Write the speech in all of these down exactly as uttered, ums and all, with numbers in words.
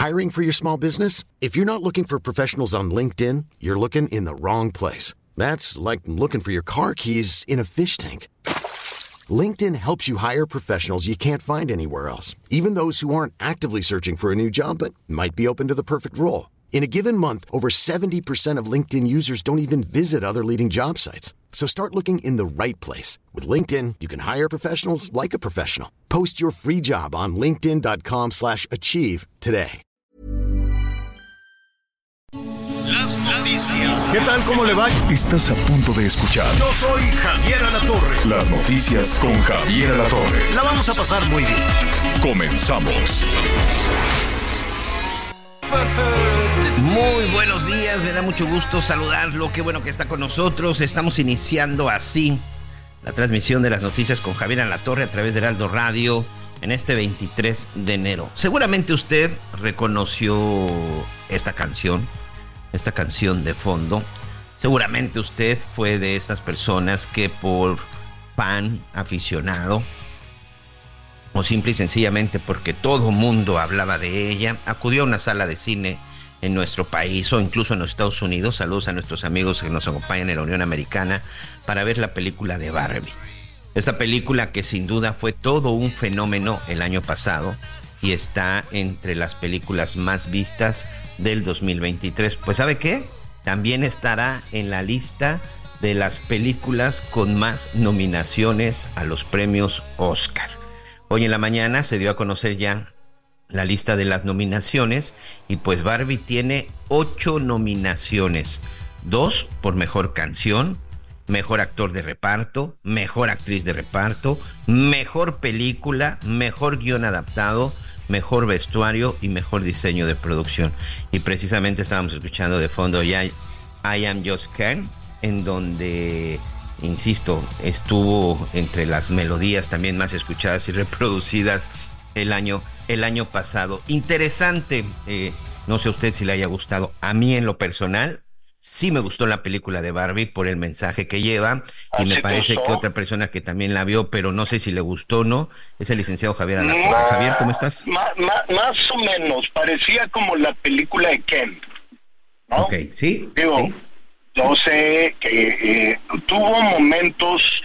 Hiring for your small business? If you're not looking for professionals on LinkedIn, you're looking in the wrong place. That's like looking for your car keys in a fish tank. LinkedIn helps you hire professionals you can't find anywhere else, even those who aren't actively searching for a new job but might be open to the perfect role. In a given month, over seventy percent of LinkedIn users don't even visit other leading job sites. So start looking in the right place. With LinkedIn, you can hire professionals like a professional. Post your free job on linkedin dot com slash achieve today. Las noticias. ¿Qué tal? ¿Cómo le va? Estás a punto de escuchar. Yo soy Javier Alatorre. Las noticias con Javier Alatorre. La vamos a pasar muy bien. Comenzamos. Muy buenos días, me da mucho gusto saludarlo, qué bueno que está con nosotros. Estamos iniciando así la transmisión de las noticias con Javier Alatorre a través de Heraldo Radio en este veintitrés de enero. Seguramente usted reconoció esta canción, esta canción de fondo. Seguramente usted fue de esas personas que por fan, aficionado, o simple y sencillamente porque todo mundo hablaba de ella, acudió a una sala de cine en nuestro país o incluso en los Estados Unidos. Saludos a nuestros amigos que nos acompañan en la Unión Americana para ver la película de Barbie. Esta película que sin duda fue todo un fenómeno el año pasado y está entre las películas más vistas del dos mil veintitrés. Pues ¿sabe qué? También estará en la lista de las películas con más nominaciones a los premios Oscar. Hoy en la mañana se dio a conocer ya la lista de las nominaciones y pues Barbie tiene ocho nominaciones, dos por mejor canción, mejor actor de reparto, mejor actriz de reparto, mejor película, mejor guión adaptado, mejor vestuario y mejor diseño de producción. Y precisamente estábamos escuchando de fondo ya I Am Just Ken, en donde, insisto, estuvo entre las melodías también más escuchadas y reproducidas el año, el año pasado. Interesante, eh, no sé a usted si le haya gustado. A mí en lo personal sí me gustó la película de Barbie por el mensaje que lleva y me parece que otra persona que también la vio, pero no sé si le gustó o no, es el licenciado Javier Alatorre. Ma, Javier, ¿cómo estás? Ma, ma, más o menos, parecía como la película de Ken, ¿no? Ok, sí. Digo, ¿sí? yo sé que eh, tuvo momentos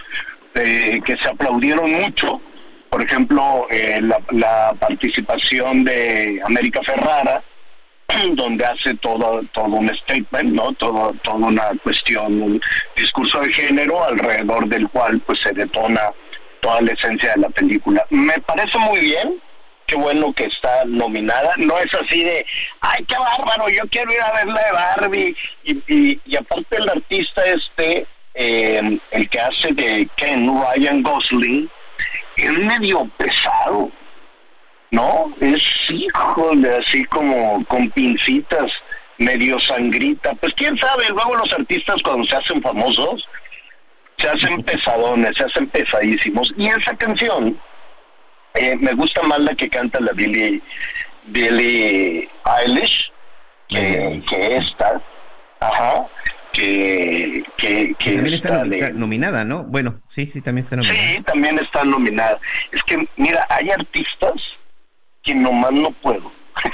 eh, que se aplaudieron mucho. Por ejemplo, eh, la, la participación de América Ferrara, donde hace todo, todo un statement, ¿no? Todo, toda una cuestión, un discurso de género alrededor del cual pues se detona toda la esencia de la película. Me parece muy bien, qué bueno que está nominada. No es así de, ay, qué bárbaro, yo quiero ir a ver la de Barbie. Y, y, y aparte el artista este, eh, el que hace de Ken, Ryan Gosling, es medio pesado, ¿no? Es, híjole, así como con pincitas, medio sangrita. Pues quién sabe, luego los artistas cuando se hacen famosos, se hacen pesadones, se hacen pesadísimos. Y esa canción, eh, me gusta más la que canta la Billie, Billie Eilish, que, que esta, ajá. Que, que, que también está, está de... nominada, ¿no? Bueno, sí, sí, también está nominada. Sí, también está nominada. Es que, mira, hay artistas que nomás no puedo.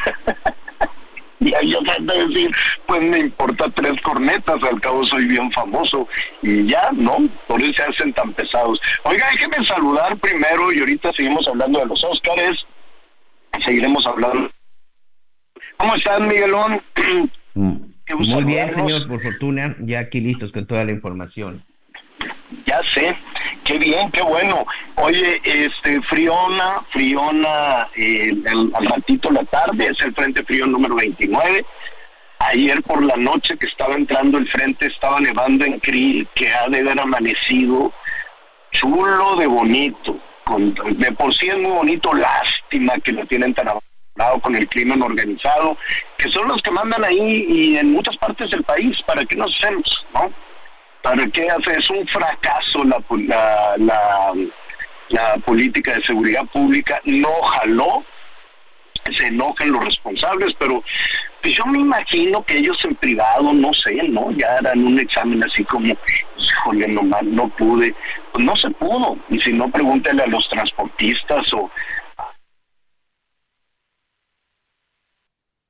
Y ahí yo trato de decir, pues me importa tres cornetas, al cabo soy bien famoso. Y ya, ¿no? Por eso se hacen tan pesados. Oiga, déjenme saludar primero y ahorita seguimos hablando de los Óscares. Seguiremos hablando. ¿Cómo están, Miguelón? Mm. Muy bien, señor, por fortuna, ya aquí listos con toda la información. Ya sé, qué bien, qué bueno. Oye, este, Friona, Friona, eh, el, al ratito la tarde, es el Frente Frío número veintinueve. Ayer por la noche que estaba entrando el frente, estaba nevando en Krill, que ha de haber amanecido chulo de bonito. Con, de por sí es muy bonito, lástima que lo tienen tan abajo con el crimen organizado, que son los que mandan ahí y en muchas partes del país. ¿Para qué nos hacemos, no? ¿Para qué hace? Es un fracaso la, la, la, la política de seguridad pública, no jaló, se enojan los responsables, pero pues yo me imagino que ellos en privado, no sé, ¿no? Ya harán un examen así como, híjole, nomás no pude. Pues no se pudo, y si no, pregúntele a los transportistas o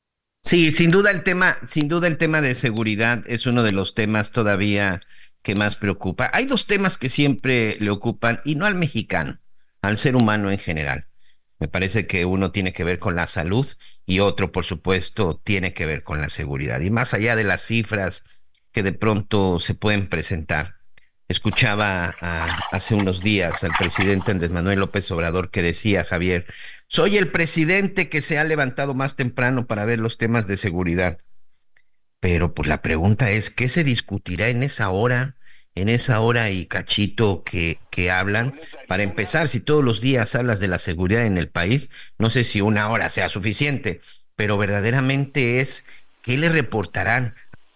Sí, sin duda el tema, sin duda el tema de seguridad es uno de los temas todavía que más preocupa. Hay dos temas que siempre le ocupan, y no al mexicano, al ser humano en general. Me parece que uno tiene que ver con la salud y otro, por supuesto, tiene que ver con la seguridad. Y más allá de las cifras que de pronto se pueden presentar, escuchaba a, hace unos días al presidente Andrés Manuel López Obrador que decía, Javier, soy el presidente que se ha levantado más temprano para ver los temas de seguridad. Pero pues la pregunta es, ¿qué se discutirá en esa hora, en esa hora y cachito que, que hablan? Para empezar, si todos los días hablas de la seguridad en el país, no sé si una hora sea suficiente, pero verdaderamente es, ¿qué le reportarán?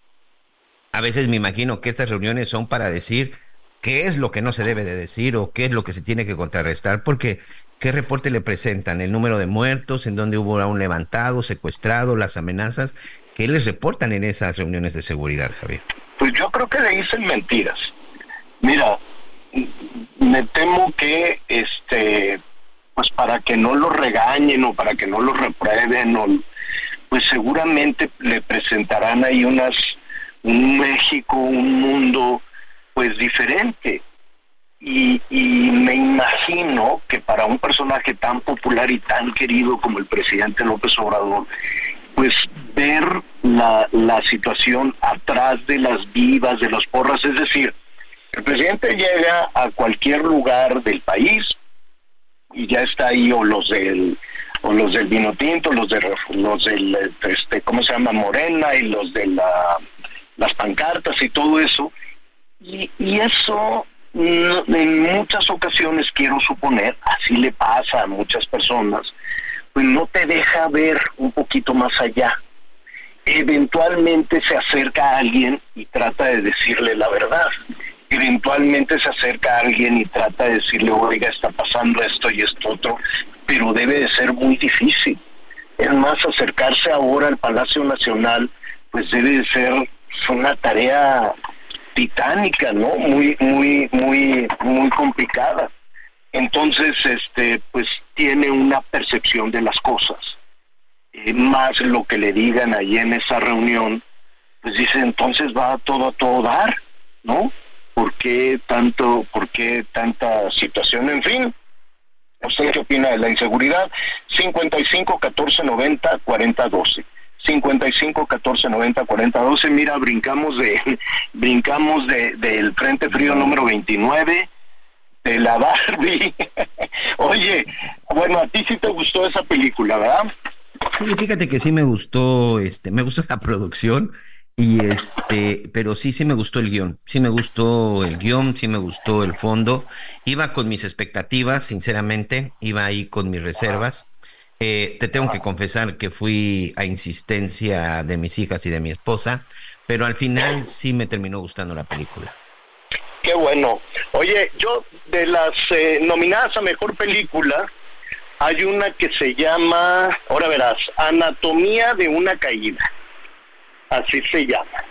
A veces me imagino que estas reuniones son para decir qué es lo que no se debe de decir o qué es lo que se tiene que contrarrestar, porque ¿qué reporte le presentan? ¿El número de muertos? ¿En dónde hubo un levantado, secuestrado, las amenazas? ¿Qué les reportan en esas reuniones de seguridad, Javier? Pues yo creo que le dicen mentiras. Mira, me temo que este pues para que no lo regañen o para que no lo reprueben, o, pues seguramente le presentarán ahí unas un México, un mundo pues diferente. Y, y me imagino que para un personaje tan popular y tan querido como el presidente López Obrador, pues ver la, la situación atrás de las vivas, de las porras, es decir, el presidente llega a cualquier lugar del país y ya está ahí o los del o los del vino tinto, los de los del este, ¿cómo se llama? Morena, y los de la, las pancartas y todo eso, y, y eso no, en muchas ocasiones, quiero suponer, así le pasa a muchas personas, pues no te deja ver un poquito más allá. Eventualmente se acerca a alguien y trata de decirle la verdad. Eventualmente se acerca a alguien y trata de decirle, oiga, está pasando esto y esto otro, pero debe de ser muy difícil. Es más, acercarse ahora al Palacio Nacional, pues debe de ser una tarea titánica, ¿no? Muy, muy, muy, muy complicada. Entonces, este, pues tiene una percepción de las cosas. Eh, más lo que le digan ahí en esa reunión, pues dice, entonces va todo a todo dar, ¿no? ¿Por qué tanto, por qué tanta situación? En fin, ¿usted qué opina de la inseguridad? cincuenta y cinco, catorce, noventa, cuarenta, doce. cincuenta y cinco, catorce, noventa, cuarenta, doce. Mira, brincamos de brincamos de del Frente Frío número veintinueve, de la Barbie. Oye, bueno, a ti sí te gustó esa película, ¿verdad? Sí, fíjate que sí me gustó, este, me gustó la producción. Y este, pero sí, sí me gustó el guión, sí me gustó el guión, sí me gustó el fondo. Iba con mis expectativas, sinceramente, iba ahí con mis reservas. Eh, te tengo que confesar que fui a insistencia de mis hijas y de mi esposa, pero al final sí me terminó gustando la película. Qué bueno. Oye, yo de las eh, nominadas a Mejor Película, hay una que se llama, ahora verás, Anatomía de una Caída. Así se llama.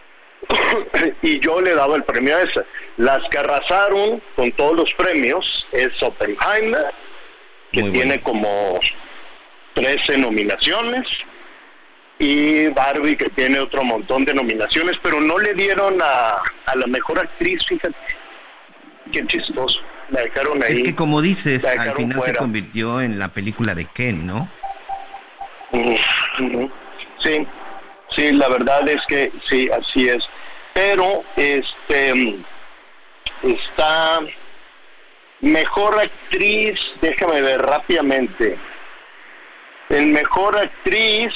Y yo le daba el premio a esa. Las que arrasaron con todos los premios es Oppenheimer, que Muy tiene bueno. como trece nominaciones, y Barbie, que tiene otro montón de nominaciones, pero no le dieron a, a la mejor actriz, fíjate. Qué chistoso. La dejaron ahí. Es que como dices, al final fuera. Se convirtió en la película de Ken, ¿no? Uh-huh. Sí. Sí, la verdad es que sí, así es. Pero este está mejor actriz, déjame ver rápidamente. En mejor actriz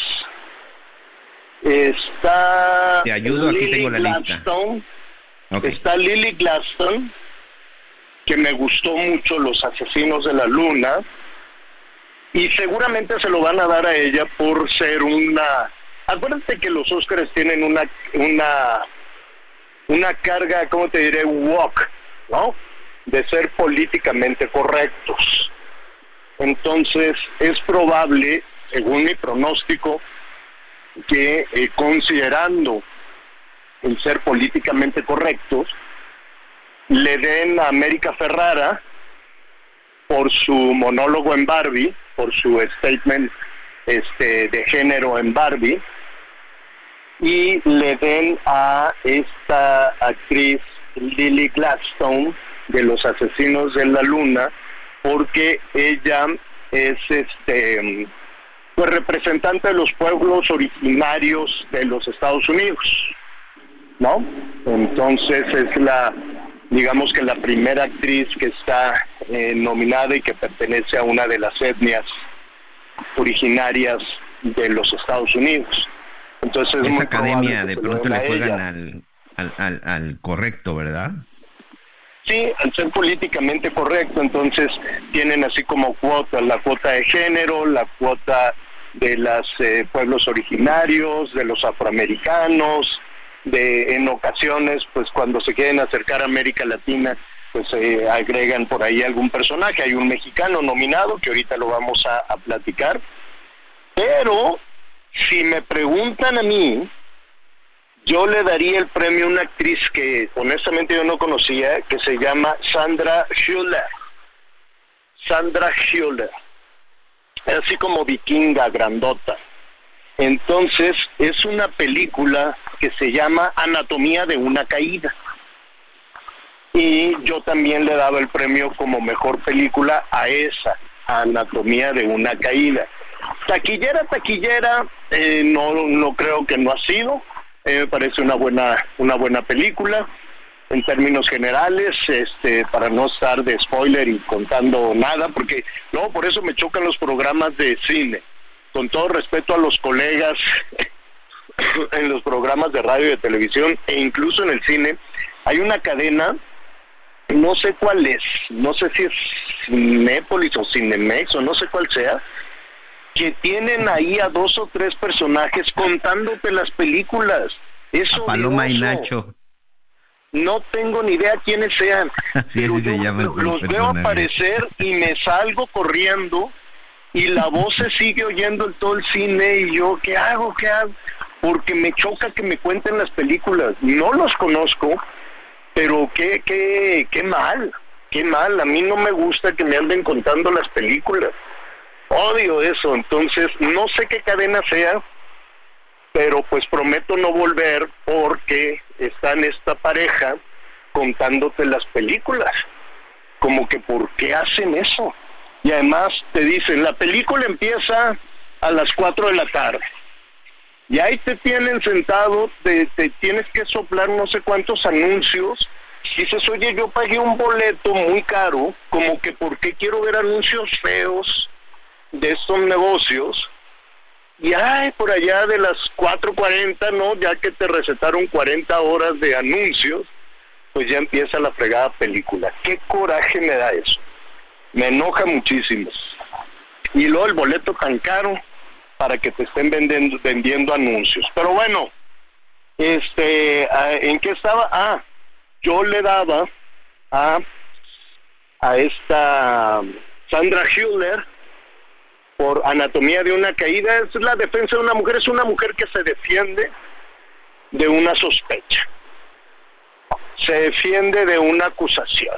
está Te ayudo, Lily aquí tengo la Gladstone. lista. Okay. Está Lily Gladstone, que me gustó mucho, Los Asesinos de la Luna, y seguramente se lo van a dar a ella por ser una... Acuérdate que los Óscares tienen una una una carga, ¿cómo te diré? Woke, ¿no? De ser políticamente correctos. Entonces, es probable, según mi pronóstico, que eh, considerando el ser políticamente correctos, le den a América Ferrara por su monólogo en Barbie, por su statement este de género en Barbie, y le den a esta actriz Lily Gladstone de Los Asesinos de la Luna, porque ella es este pues representante de los pueblos originarios de los Estados Unidos, ¿no? Entonces es la, digamos que la primera actriz que está eh, nominada y que pertenece a una de las etnias originarias de los Estados Unidos. Entonces esa academia de pronto le juegan al, al, al, al correcto, ¿verdad? Sí, al ser políticamente correcto, entonces tienen así como cuotas, la cuota de género, la cuota de los eh, pueblos originarios, de los afroamericanos, de en ocasiones, pues cuando se quieren acercar a América Latina, pues eh, agregan por ahí algún personaje. Hay un mexicano nominado, que ahorita lo vamos a, a platicar, pero si me preguntan a mí, yo le daría el premio a una actriz que honestamente yo no conocía, que se llama Sandra Hüller. Sandra Hüller. Es así como vikinga, grandota. Entonces, es una película que se llama Anatomía de una caída. Y yo también le daba el premio como mejor película a esa, Anatomía de una caída. Taquillera, taquillera, eh, no, no creo que no ha sido. Eh, me parece una buena una buena película en términos generales, este para no estar de spoiler y contando nada, porque no, por eso me chocan los programas de cine. Con todo respeto a los colegas en los programas de radio y de televisión e incluso en el cine, hay una cadena, no sé cuál es, no sé si es Cinépolis o Cinemex o no sé cuál sea, que tienen ahí a dos o tres personajes contándote las películas. Eso Paloma y Nacho. No tengo ni idea quiénes sean. Así, así se llaman los los veo aparecer y me salgo corriendo y la voz se sigue oyendo en todo el cine y yo, ¿qué hago? ¿Qué hago? Porque me choca que me cuenten las películas. No los conozco, pero qué, qué, qué mal, qué mal. A mí no me gusta que me anden contando las películas. Odio eso, entonces no sé qué cadena sea, pero pues prometo no volver porque están esta pareja contándote las películas. Como que ¿por qué hacen eso? Y además te dicen, la película empieza a las cuatro de la tarde. Y ahí te tienen sentado, te, te tienes que soplar no sé cuántos anuncios. Y dices, oye, yo pagué un boleto muy caro, como que ¿por qué quiero ver anuncios feos de estos negocios? Y ay, por allá de las cuatro cuarenta, ¿no? Ya que te recetaron cuarenta horas de anuncios, pues ya empieza la fregada película. Qué coraje me da eso. Me enoja muchísimo. Y luego el boleto tan caro para que te estén vendiendo, vendiendo anuncios. Pero bueno, este, ¿en qué estaba? Ah, yo le daba a, a esta Sandra Hüller por Anatomía de una caída. Es la defensa de una mujer, es una mujer que se defiende de una sospecha, se defiende de una acusación,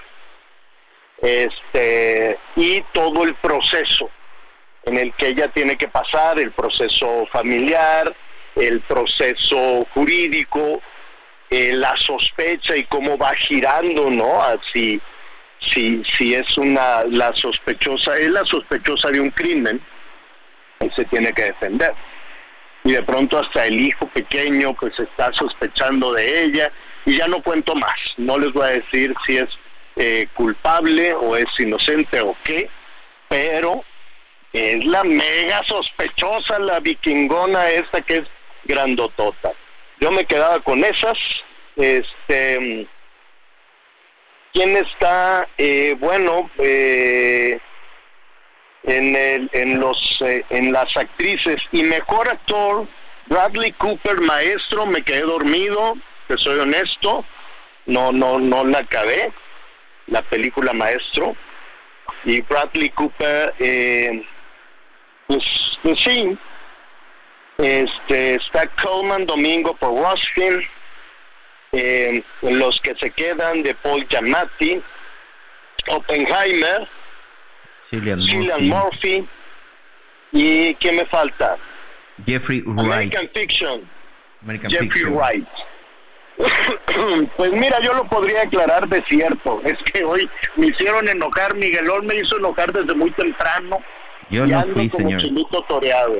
este y todo el proceso en el que ella tiene que pasar, el proceso familiar, el proceso jurídico, eh, la sospecha y cómo va girando, ¿no? Así, si, si es una la sospechosa, es la sospechosa de un crimen, y se tiene que defender. Y de pronto hasta el hijo pequeño pues está sospechando de ella, y ya no cuento más, no les voy a decir si es eh, culpable o es inocente o qué, pero es la mega sospechosa, la vikingona esta que es grandotota. Yo me quedaba con esas. Este, ¿quién está? Eh, bueno, eh, en el, en los, eh, en las actrices y mejor actor, Bradley Cooper, Maestro. Me quedé dormido, te soy honesto, no, no, no la acabé, la película Maestro. Y Bradley Cooper, eh, pues, pues sí. Este, está Coleman Domingo por Rustin, eh, los que se quedan de Paul Giamatti, Oppenheimer, Cillian Cillian Murphy. Murphy, ¿Y quién me falta? Jeffrey Wright. American Fiction. American Jeffrey Fiction. Wright. Pues mira, yo lo podría aclarar de cierto. Es que hoy me hicieron enojar, Miguelón me hizo enojar desde muy temprano. Yo y no ando fui, como señor. chilito toreado.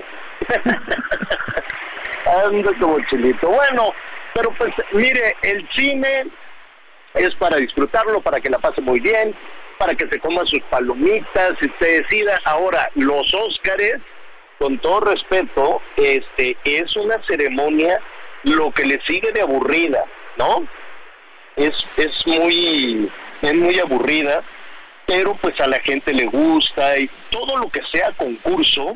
Ando como chilito. Bueno, pero pues mire, el cine es para disfrutarlo, para que la pase muy bien, para que se coma sus palomitas, y se decida. Ahora, los Óscares, con todo respeto, este es una ceremonia lo que le sigue de aburrida, ¿no? Es es muy es muy aburrida, pero pues a la gente le gusta, y todo lo que sea concurso,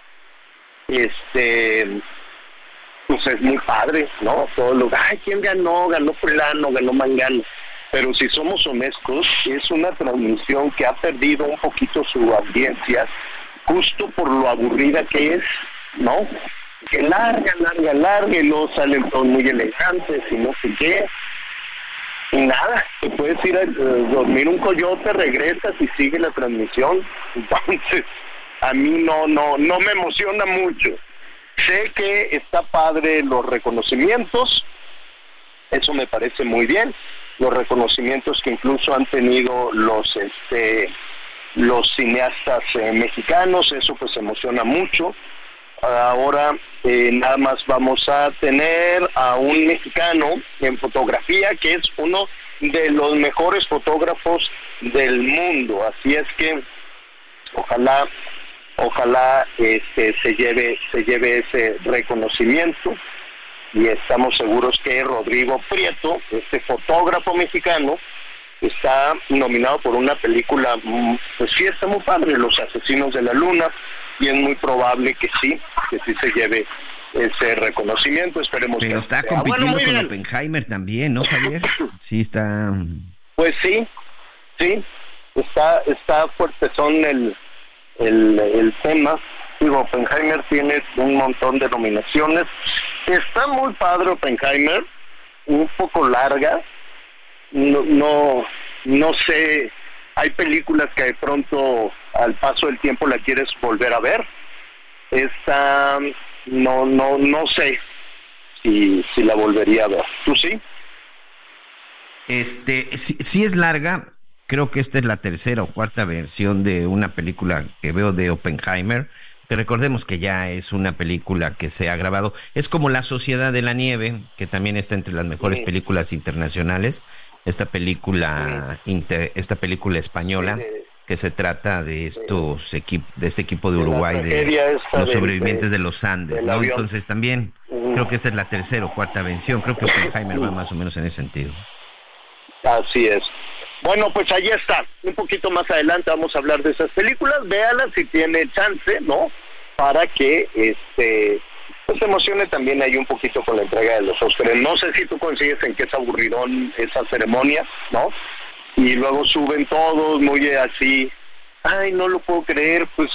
este pues es muy padre, ¿no? Todo lo, ay, ¿quién ganó? Ganó fulano, ganó mangano. Pero si somos honestos, es una transmisión que ha perdido un poquito su audiencia, justo por lo aburrida que es, ¿no? Que larga, larga, larga, y luego salen todos muy elegantes y no sé qué. Y nada, te puedes ir a uh, dormir un coyote, regresas y sigue la transmisión. Entonces, a mí no, no, no me emociona mucho. Sé que está padre los reconocimientos, eso me parece muy bien, los reconocimientos que incluso han tenido los este los cineastas eh, mexicanos, eso pues emociona mucho. Ahora eh, nada más vamos a tener a un mexicano en fotografía que es uno de los mejores fotógrafos del mundo, así es que ojalá ojalá este se lleve se lleve ese reconocimiento, y estamos seguros que Rodrigo Prieto, este fotógrafo mexicano, está nominado por una película, pues sí, está muy padre, Los Asesinos de la Luna, y es muy probable que sí, que sí se lleve ese reconocimiento. Esperemos Pero que está sea. compitiendo Bueno, con bien. Oppenheimer también, ¿no, Javier? Sí, está... Pues sí, sí, está está fuertezón el, el, el tema. Digo, Oppenheimer tiene un montón de nominaciones. Está muy padre Oppenheimer, un poco larga. No, no, no sé, hay películas que de pronto al paso del tiempo la quieres volver a ver. Esta, no, no, no sé si, si la volvería a ver. ¿Tú sí? Este, sí, sí es larga. Creo que esta es la tercera o cuarta versión de una película que veo de Oppenheimer, que recordemos que ya es una película que se ha grabado. Es como La Sociedad de la Nieve, que también está entre las mejores Sí. películas internacionales. Esta película, Sí. inter, esta película española, Sí. que se trata de estos equipos, de este equipo de De la Uruguay, de tragedia esta los del- sobrevivientes de- de los Andes, del ¿no? avión. Entonces también Ujú. creo que esta es la tercera o cuarta versión. Creo que Oppenheimer va más o menos en ese sentido. Así es. Bueno, pues ahí está. Un poquito más adelante vamos a hablar de esas películas. Véalas si tiene chance, ¿no? Para que este pues se emocione también ahí un poquito con la entrega de los Óscares. No sé si tú coincides en que es aburridón esa ceremonia, ¿no? Y luego suben todos muy así. Ay, no lo puedo creer, pues.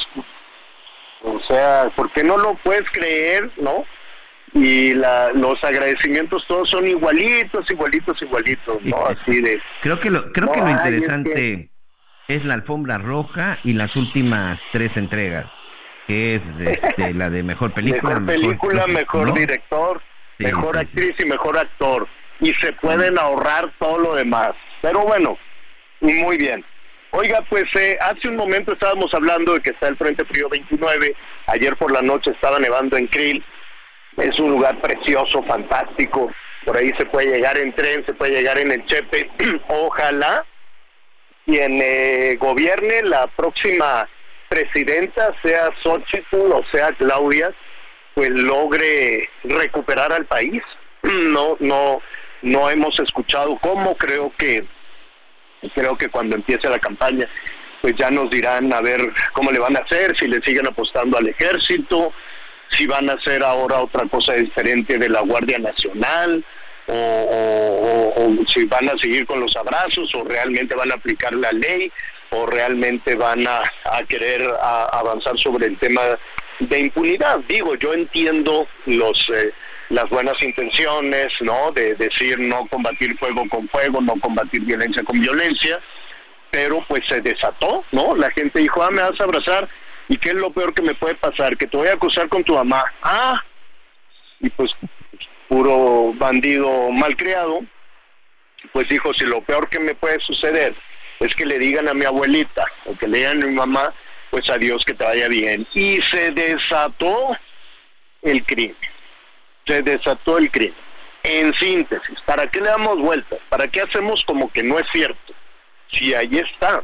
O sea, ¿por qué no lo puedes creer, no? Y la, los agradecimientos todos son igualitos, igualitos, igualitos, ¿no? Así de... Creo que lo, creo No, que lo ay, interesante es es, la alfombra roja y las últimas tres entregas, que es este, la de mejor película, mejor película, mejor, ¿no? director, Sí, mejor sí, actriz y mejor actor. Y se pueden ahorrar todo lo demás. Pero bueno, muy bien. Oiga, pues eh, hace un momento estábamos hablando de que está el Frente Frío veintinueve. Ayer por la noche estaba nevando en Krill. Es un lugar precioso, fantástico. Por ahí se puede llegar en tren, se puede llegar en el Chepe. Ojalá quien eh, gobierne la próxima presidenta, sea Xochitl o sea Claudia, pues logre recuperar al país. No, no, no hemos escuchado cómo. Creo que, creo que cuando empiece la campaña, pues ya nos dirán a ver cómo le van a hacer, si le siguen apostando al ejército, si van a hacer ahora otra cosa diferente de la Guardia Nacional, o, o, o, o si van a seguir con los abrazos, o realmente van a aplicar la ley, o realmente van a, a querer a avanzar sobre el tema de impunidad. Digo, yo entiendo los eh, las buenas intenciones, ¿no? De decir no combatir fuego con fuego, no combatir violencia con violencia, pero pues se desató, ¿no? La gente dijo, ah, me vas a abrazar, ¿Y qué es lo peor que me puede pasar? Que te voy a acusar con tu mamá. Ah, y pues puro bandido malcriado, pues dijo, si lo peor que me puede suceder es que le digan a mi abuelita o que le digan a mi mamá, pues adiós, que te vaya bien. Y se desató el crimen, se desató el crimen. En síntesis, ¿para qué le damos vueltas? ¿Para qué hacemos como que no es cierto? Si ahí está.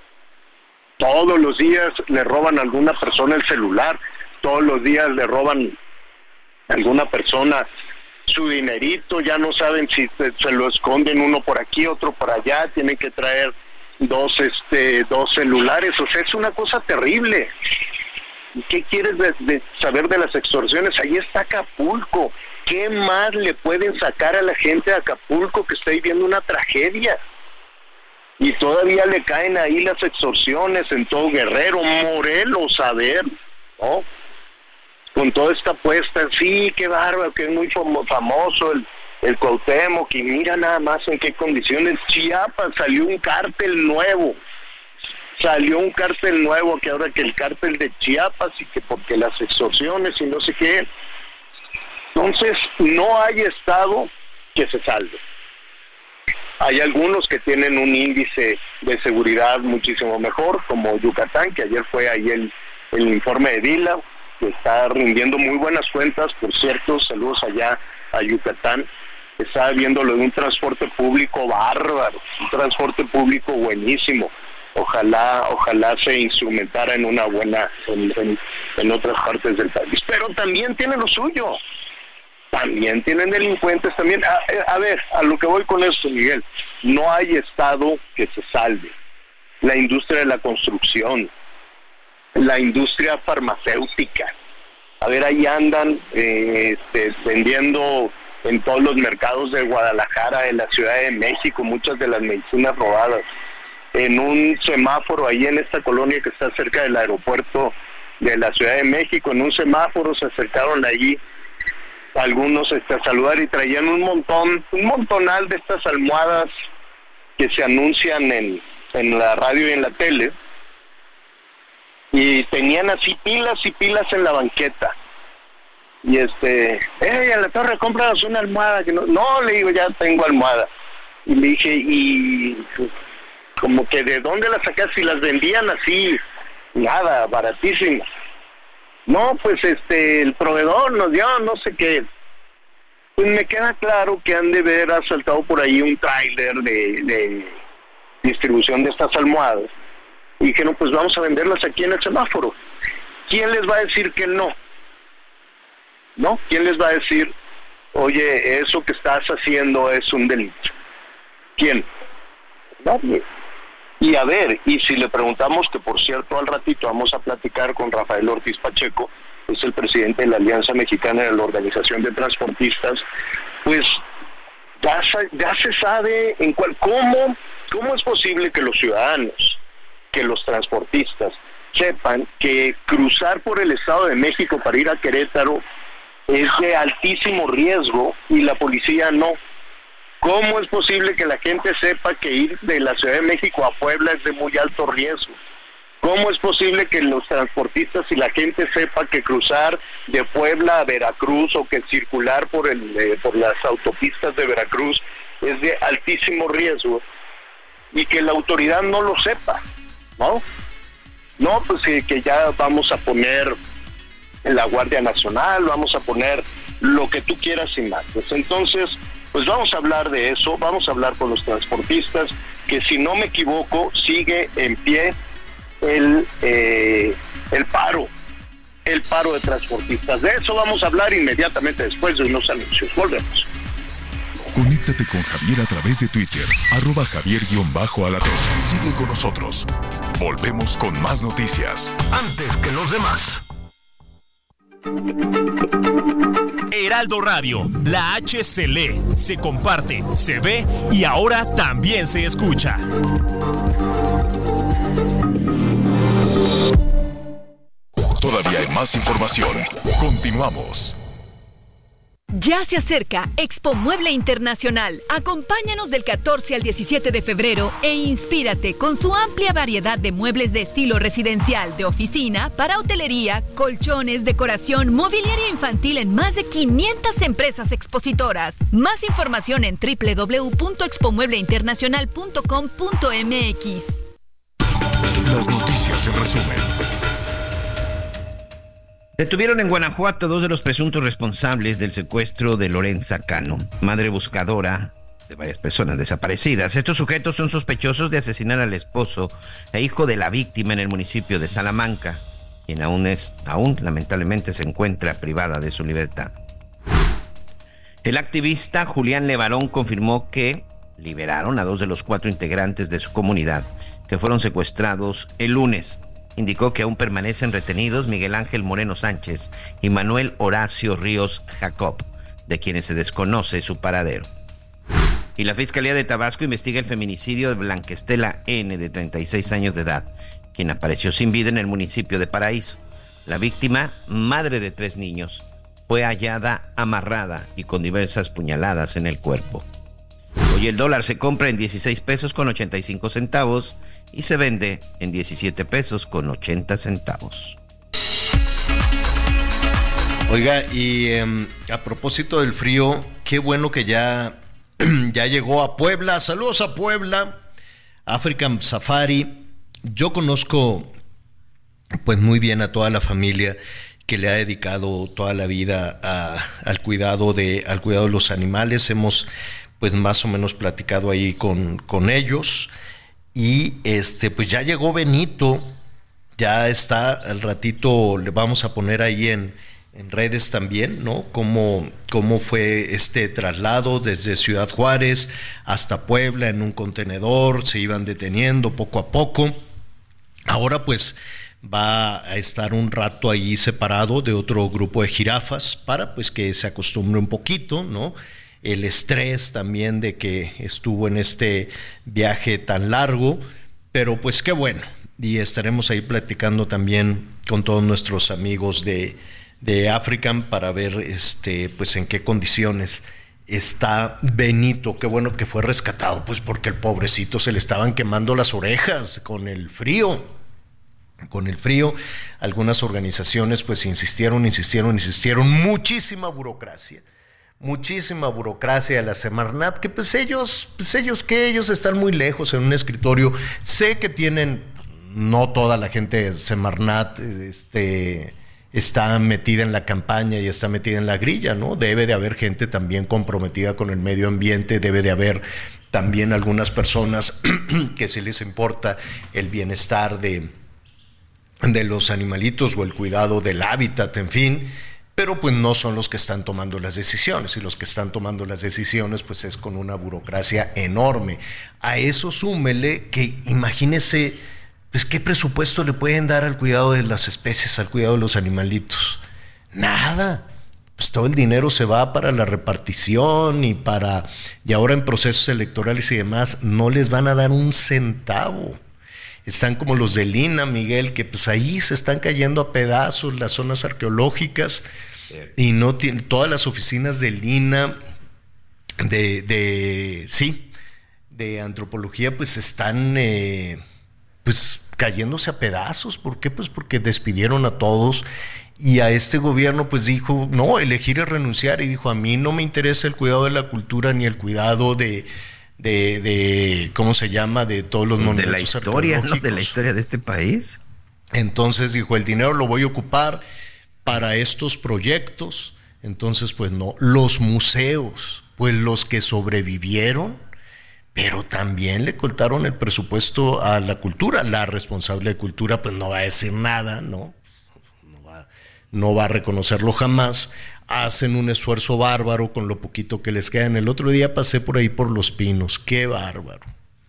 Todos los días le roban a alguna persona el celular, todos los días le roban a alguna persona su dinerito, ya no saben si se, se lo esconden uno por aquí, otro por allá, tienen que traer dos este dos celulares, o sea, es una cosa terrible. ¿Y qué quieres de, de saber de las extorsiones? Ahí está Acapulco. ¿Qué más le pueden sacar a la gente de Acapulco que está viviendo una tragedia? Y todavía le caen ahí las extorsiones en todo Guerrero, Morelos, a ver, ¿no? Con toda esta apuesta, sí, qué bárbaro, que es muy famoso el, el Cuauhtémoc, y mira nada más en qué condiciones. Chiapas, salió un cártel nuevo, salió un cártel nuevo, que ahora que el cártel de Chiapas, y que porque las extorsiones y no sé qué. Entonces, no hay estado que se salve. Hay algunos que tienen un índice de seguridad muchísimo mejor, como Yucatán, que ayer fue ahí el, el informe de Dila, que está rindiendo muy buenas cuentas, por cierto, saludos allá a Yucatán. Estaba viendo lo de un transporte público bárbaro, un transporte público buenísimo. Ojalá, ojalá se instrumentara en una buena, en, en, en otras partes del país. Pero también tiene lo suyo. También tienen delincuentes, también. A, a ver, a lo que voy con esto, Miguel, no hay estado que se salve. La industria de la construcción, la industria farmacéutica, a ver, ahí andan eh, este, vendiendo en todos los mercados de Guadalajara, de la Ciudad de México, muchas de las medicinas robadas. En un semáforo ahí en esta colonia que está cerca del aeropuerto de la Ciudad de México, en un semáforo se acercaron allí algunos este, a saludar y traían un montón, un montonal de estas almohadas que se anuncian en, en la radio y en la tele, y tenían así pilas y pilas en la banqueta. Y este, ¡eh, a la torre, cómpranos una almohada! Que no, no, le digo, ya tengo almohada. Y le dije, y como que ¿de dónde las sacaste? Y las vendían así, nada, baratísimas. No, pues este, el proveedor nos dio no sé qué. Pues me queda claro que han de haber asaltado por ahí un tráiler de, de distribución de estas almohadas. Y dijeron, pues vamos a venderlas aquí en el semáforo. ¿Quién les va a decir que no? ¿No? ¿Quién les va a decir, oye, eso que estás haciendo es un delito? ¿Quién? Nadie. Y a ver, y si le preguntamos, que por cierto al ratito vamos a platicar con Rafael Ortiz Pacheco, es el presidente de la Alianza Mexicana de la Organización de Transportistas, pues ya, ya se sabe en cuál, cómo, cómo es posible que los ciudadanos, que los transportistas sepan que cruzar por el Estado de México para ir a Querétaro es de altísimo riesgo y la policía no. ¿Cómo es posible que la gente sepa que ir de la Ciudad de México a Puebla es de muy alto riesgo? ¿Cómo es posible que los transportistas y la gente sepa que cruzar de Puebla a Veracruz o que circular por el eh, por las autopistas de Veracruz es de altísimo riesgo y que la autoridad no lo sepa? ¿No? No, pues que, que ya vamos a poner la Guardia Nacional, vamos a poner lo que tú quieras y más. Pues entonces, pues vamos a hablar de eso, vamos a hablar con los transportistas, que si no me equivoco, sigue en pie el, eh, el paro, el paro de transportistas. De eso vamos a hablar inmediatamente después de unos anuncios. Volvemos. Conéctate con Javier a través de Twitter, arroba Javier-Alatorre. Sigue con nosotros. Volvemos con más noticias. Antes que los demás. Heraldo Radio, la H se lee, se comparte, se ve y ahora también se escucha. Todavía hay más información. Continuamos. Ya se acerca Expo Mueble Internacional. Acompáñanos del catorce al diecisiete de febrero e inspírate con su amplia variedad de muebles de estilo residencial, de oficina, para hotelería, colchones, decoración, mobiliario infantil en más de quinientas empresas expositoras. Más información en doble u doble u doble u punto expo mueble internacional punto com punto m x. Las noticias en resumen. Detuvieron en Guanajuato dos de los presuntos responsables del secuestro de Lorenza Cano, madre buscadora de varias personas desaparecidas. Estos sujetos son sospechosos de asesinar al esposo e hijo de la víctima en el municipio de Salamanca, quien aún es, aún lamentablemente se encuentra privada de su libertad. El activista Julián Levarón confirmó que liberaron a dos de los cuatro integrantes de su comunidad que fueron secuestrados el lunes. Indicó que aún permanecen retenidos Miguel Ángel Moreno Sánchez y Manuel Horacio Ríos Jacob, de quienes se desconoce su paradero. Y la Fiscalía de Tabasco investiga el feminicidio de Blanquestela N., de treinta y seis años de edad, quien apareció sin vida en el municipio de Paraíso. La víctima, madre de tres niños, fue hallada amarrada y con diversas puñaladas en el cuerpo. Hoy el dólar se compra en dieciséis pesos con ochenta y cinco centavos y se vende en diecisiete pesos con ochenta centavos. Oiga, y eh, a propósito del frío, qué bueno que ya, ya llegó a Puebla. Saludos a Puebla, African Safari. Yo conozco pues muy bien a toda la familia que le ha dedicado toda la vida a, al cuidado de, al cuidado de los animales. Hemos pues más o menos platicado ahí con, con ellos. Y este, pues ya llegó Benito, ya está, al ratito le vamos a poner ahí en, en redes también, ¿no? Cómo, cómo fue este traslado desde Ciudad Juárez hasta Puebla en un contenedor, se iban deteniendo poco a poco. Ahora pues va a estar un rato ahí separado de otro grupo de jirafas para pues que se acostumbre un poquito, ¿no? El estrés también de que estuvo en este viaje tan largo, pero pues qué bueno, y estaremos ahí platicando también con todos nuestros amigos de, de African para ver este, pues en qué condiciones está Benito. Qué bueno que fue rescatado, pues porque el pobrecito se le estaban quemando las orejas con el frío. Con el frío, algunas organizaciones pues insistieron, insistieron, insistieron, muchísima burocracia. Muchísima burocracia de la Semarnat, que pues ellos, pues ellos que ellos están muy lejos en un escritorio. Sé que tienen, no toda la gente de Semarnat este, está metida en la campaña y está metida en la grilla, ¿no? Debe de haber gente también comprometida con el medio ambiente, debe de haber también algunas personas que sí les importa el bienestar de, de los animalitos o el cuidado del hábitat, en fin. Pero pues no son los que están tomando las decisiones, y los que están tomando las decisiones pues es con una burocracia enorme. A eso súmele que imagínese pues qué presupuesto le pueden dar al cuidado de las especies, al cuidado de los animalitos. Nada. Pues todo el dinero se va para la repartición y para y ahora en procesos electorales y demás no les van a dar un centavo. Están como los del I N A, Miguel, que pues ahí se están cayendo a pedazos las zonas arqueológicas y no tienen todas las oficinas del I N A de, de sí, de antropología, pues están eh, pues cayéndose a pedazos. ¿Por qué? Pues porque despidieron a todos y a este gobierno pues dijo, no, elegir es renunciar, y dijo, a mí no me interesa el cuidado de la cultura ni el cuidado de De, de, ¿cómo se llama? De todos los monumentos de la historia, ¿no? De la historia de este país. Entonces dijo, el dinero lo voy a ocupar para estos proyectos. Entonces, pues no, los museos, pues los que sobrevivieron, pero también le cortaron el presupuesto a la cultura. La responsable de cultura, pues no va a decir nada, ¿no? No va, no va a reconocerlo jamás. Hacen un esfuerzo bárbaro con lo poquito que les queda. El otro día pasé por ahí por Los Pinos, qué bárbaro.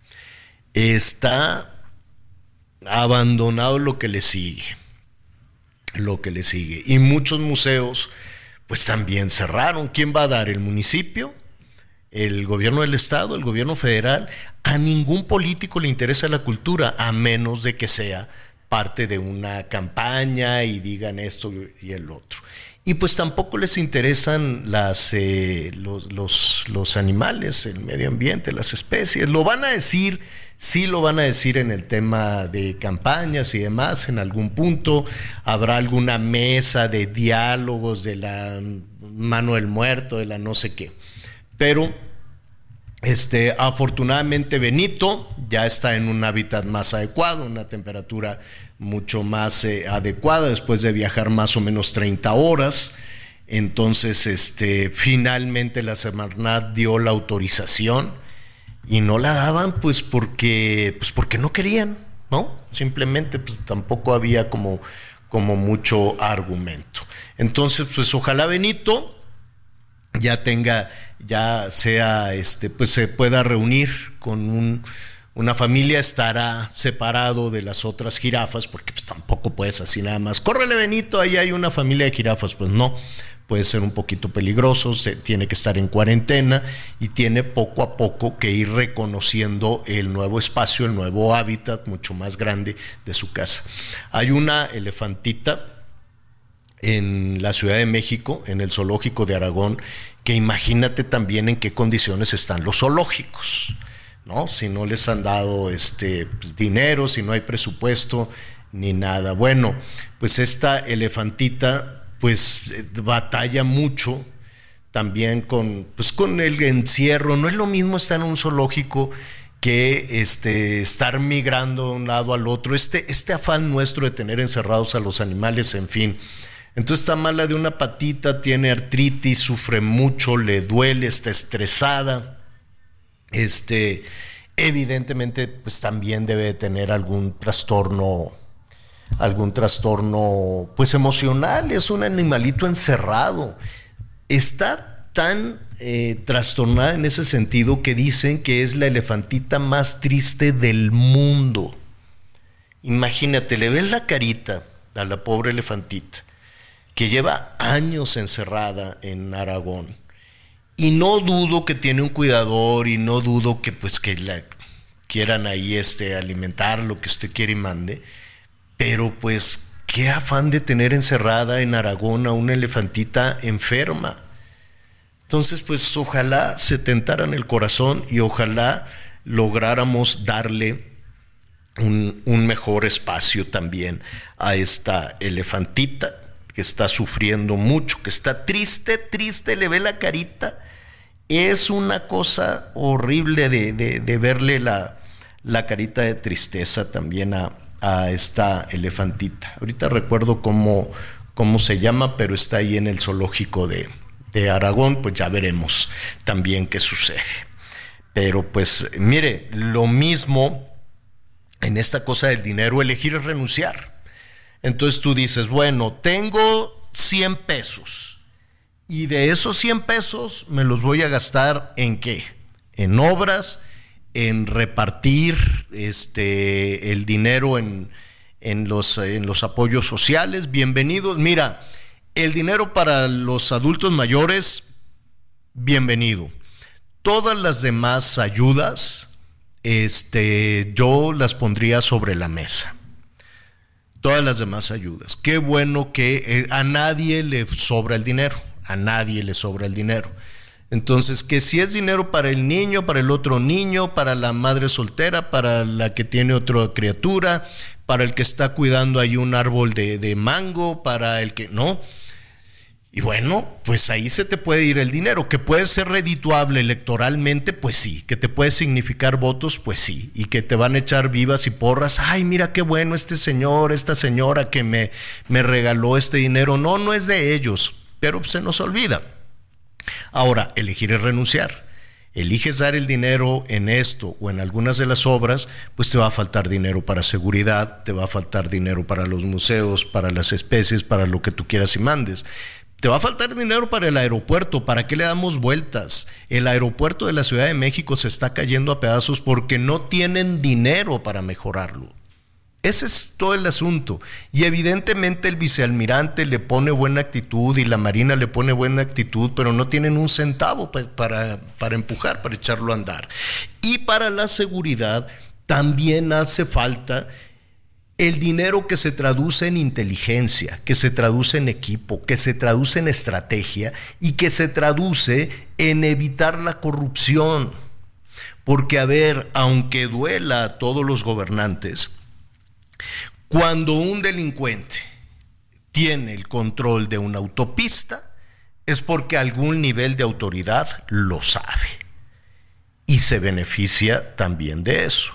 Está abandonado lo que le sigue, lo que le sigue. Y muchos museos pues también cerraron. ¿Quién va a dar? ¿El municipio? ¿El gobierno del estado? ¿El gobierno federal? A ningún político le interesa la cultura, a menos de que sea parte de una campaña y digan esto y el otro. y pues tampoco les interesan las, eh, los, los, los animales, el medio ambiente, las especies. Lo van a decir, sí lo van a decir en el tema de campañas y demás, en algún punto habrá alguna mesa de diálogos de la mano del muerto, de la no sé qué, pero este, afortunadamente Benito ya está en un hábitat más adecuado, una temperatura mucho más eh, adecuada después de viajar más o menos treinta horas. Entonces este, finalmente la Semarnat dio la autorización y no la daban pues porque, pues porque no querían, ¿no? Simplemente pues tampoco había como, como mucho argumento. Entonces pues ojalá Benito ya tenga, ya sea, este, pues se pueda reunir con un, una familia, estará separado de las otras jirafas, porque pues tampoco puedes así nada más, córrele Benito, ahí hay una familia de jirafas, pues no, puede ser un poquito peligroso, se tiene que estar en cuarentena y tiene poco a poco que ir reconociendo el nuevo espacio, el nuevo hábitat mucho más grande de su casa. Hay una elefantita en la Ciudad de México, en el zoológico de Aragón, que imagínate también en qué condiciones están los zoológicos, ¿no? Si no les han dado este pues, dinero, si no hay presupuesto ni nada. Bueno, pues esta elefantita pues batalla mucho también con, pues, con el encierro. No es lo mismo estar en un zoológico que este, estar migrando de un lado al otro, este, este afán nuestro de tener encerrados a los animales, en fin. Entonces está mala de una patita, tiene artritis, sufre mucho, le duele, está estresada. Este, evidentemente, pues también debe de tener algún trastorno, algún trastorno, pues emocional. Es un animalito encerrado. Está tan eh, trastornada en ese sentido que dicen que es la elefantita más triste del mundo. Imagínate, le ves la carita a la pobre elefantita, que lleva años encerrada en Aragón, y no dudo que tiene un cuidador, y no dudo que pues que la quieran ahí este, alimentar lo que usted quiere y mande, pero pues qué afán de tener encerrada en Aragón a una elefantita enferma. Entonces pues ojalá se tentaran el corazón y ojalá lográramos darle un, un mejor espacio también a esta elefantita, que está sufriendo mucho, que está triste, triste, le ve la carita. Es una cosa horrible de, de, de verle la, la carita de tristeza también a, a esta elefantita. Ahorita recuerdo cómo, cómo se llama, pero está ahí en el zoológico de, de Aragón, pues ya veremos también qué sucede. Pero pues mire, lo mismo en esta cosa del dinero, elegir es renunciar. Entonces tú dices, bueno, tengo cien pesos y de esos cien pesos me los voy a gastar ¿en qué? En obras, en repartir este, el dinero en, en, los, en los apoyos sociales. Bienvenidos. Mira, el dinero para los adultos mayores, bienvenido. Todas las demás ayudas, este, yo las pondría sobre la mesa. Todas las demás ayudas. Qué bueno que eh, a nadie le sobra el dinero, a nadie le sobra el dinero. Entonces, que si es dinero para el niño, para el otro niño, para la madre soltera, para la que tiene otra criatura, para el que está cuidando ahí un árbol de, de mango, para el que no. Y bueno, pues ahí se te puede ir el dinero, que puede ser redituable electoralmente, pues sí, que te puede significar votos, pues sí, y que te van a echar vivas y porras. Ay, mira qué bueno este señor, esta señora que me, me regaló este dinero. No, no es de ellos, pero se nos olvida. Ahora, elegir es renunciar. Eliges dar el dinero en esto o en algunas de las obras, pues te va a faltar dinero para seguridad, te va a faltar dinero para los museos, para las especies, para lo que tú quieras y mandes. Te va a faltar dinero para el aeropuerto. ¿Para qué le damos vueltas? El aeropuerto de la Ciudad de México se está cayendo a pedazos porque no tienen dinero para mejorarlo. Ese es todo el asunto. Y evidentemente el vicealmirante le pone buena actitud y la Marina le pone buena actitud, pero no tienen un centavo para, para, para empujar, para echarlo a andar. Y para la seguridad también hace falta el dinero que se traduce en inteligencia, que se traduce en equipo, que se traduce en estrategia y que se traduce en evitar la corrupción. Porque, a ver, aunque duela a todos los gobernantes, cuando un delincuente tiene el control de una autopista, es porque algún nivel de autoridad lo sabe y se beneficia también de eso.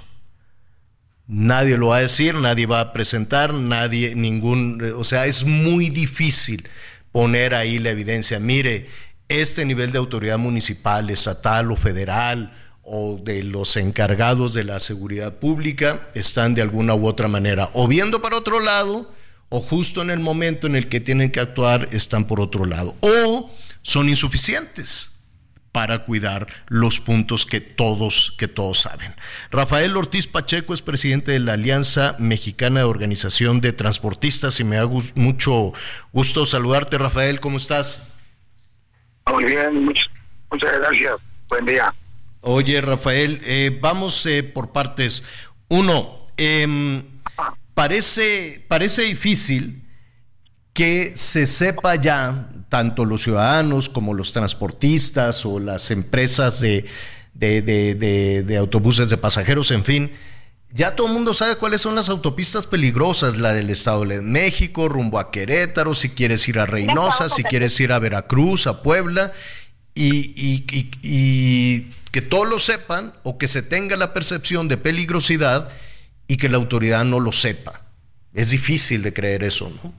Nadie lo va a decir, nadie va a presentar, nadie, ningún, o sea, es muy difícil poner ahí la evidencia. Mire, este nivel de autoridad municipal, estatal o federal o de los encargados de la seguridad pública están de alguna u otra manera o viendo para otro lado, o justo en el momento en el que tienen que actuar están por otro lado, o son insuficientes para cuidar los puntos que todos, que todos saben. Rafael Ortiz Pacheco es presidente de la Alianza Mexicana de Organización de Transportistas y me da gu- mucho gusto saludarte, Rafael, ¿cómo estás? Muy bien, muchas, muchas gracias, buen día. Oye, Rafael, eh, vamos eh, por partes. Uno, eh, parece, parece difícil que se sepa ya, tanto los ciudadanos como los transportistas o las empresas de, de, de, de, de autobuses de pasajeros, en fin, ya todo el mundo sabe cuáles son las autopistas peligrosas, la del Estado de México, rumbo a Querétaro, si quieres ir a Reynosa, si quieres ir a Veracruz, a Puebla, y, y, y, y que todos lo sepan o que se tenga la percepción de peligrosidad y que la autoridad no lo sepa. Es difícil de creer eso, ¿no?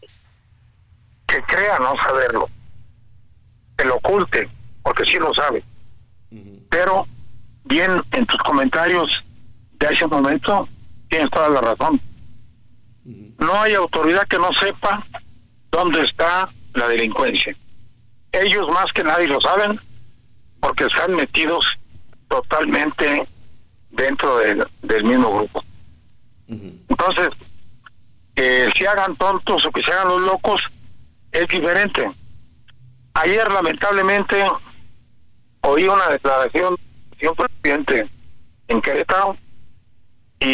Que crea no saberlo, que lo oculte, porque sí lo sabe. Uh-huh. Pero, bien, en tus comentarios de hace un momento, tienes toda la razón. Uh-huh. No hay autoridad que no sepa dónde está la delincuencia. Ellos más que nadie lo saben, porque están metidos totalmente dentro del, del mismo grupo. Uh-huh. Entonces, que se hagan tontos o que se hagan los locos, es diferente. Ayer, lamentablemente, oí una declaración de un presidente en Querétaro y,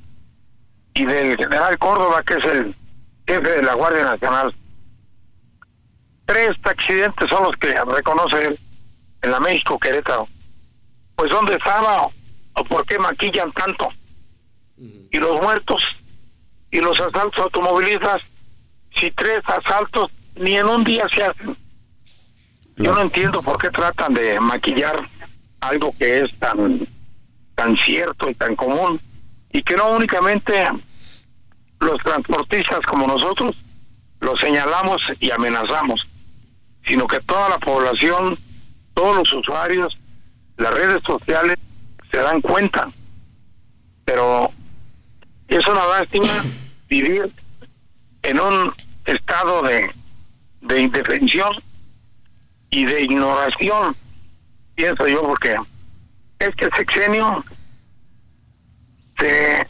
y del general Córdoba, que es el jefe de la Guardia Nacional. Tres accidentes son los que reconoce él en la México Querétaro. Pues ¿dónde estaba o por qué maquillan tanto? Y los muertos y los asaltos automovilistas, si tres asaltos ni en un día se hacen. Yo no entiendo por qué tratan de maquillar algo que es tan tan cierto y tan común, y que no únicamente los transportistas como nosotros lo señalamos y amenazamos, sino que toda la población, todos los usuarios, las redes sociales se dan cuenta. Pero es una lástima vivir en un estado de de indefensión y de ignoración, pienso yo, porque este sexenio se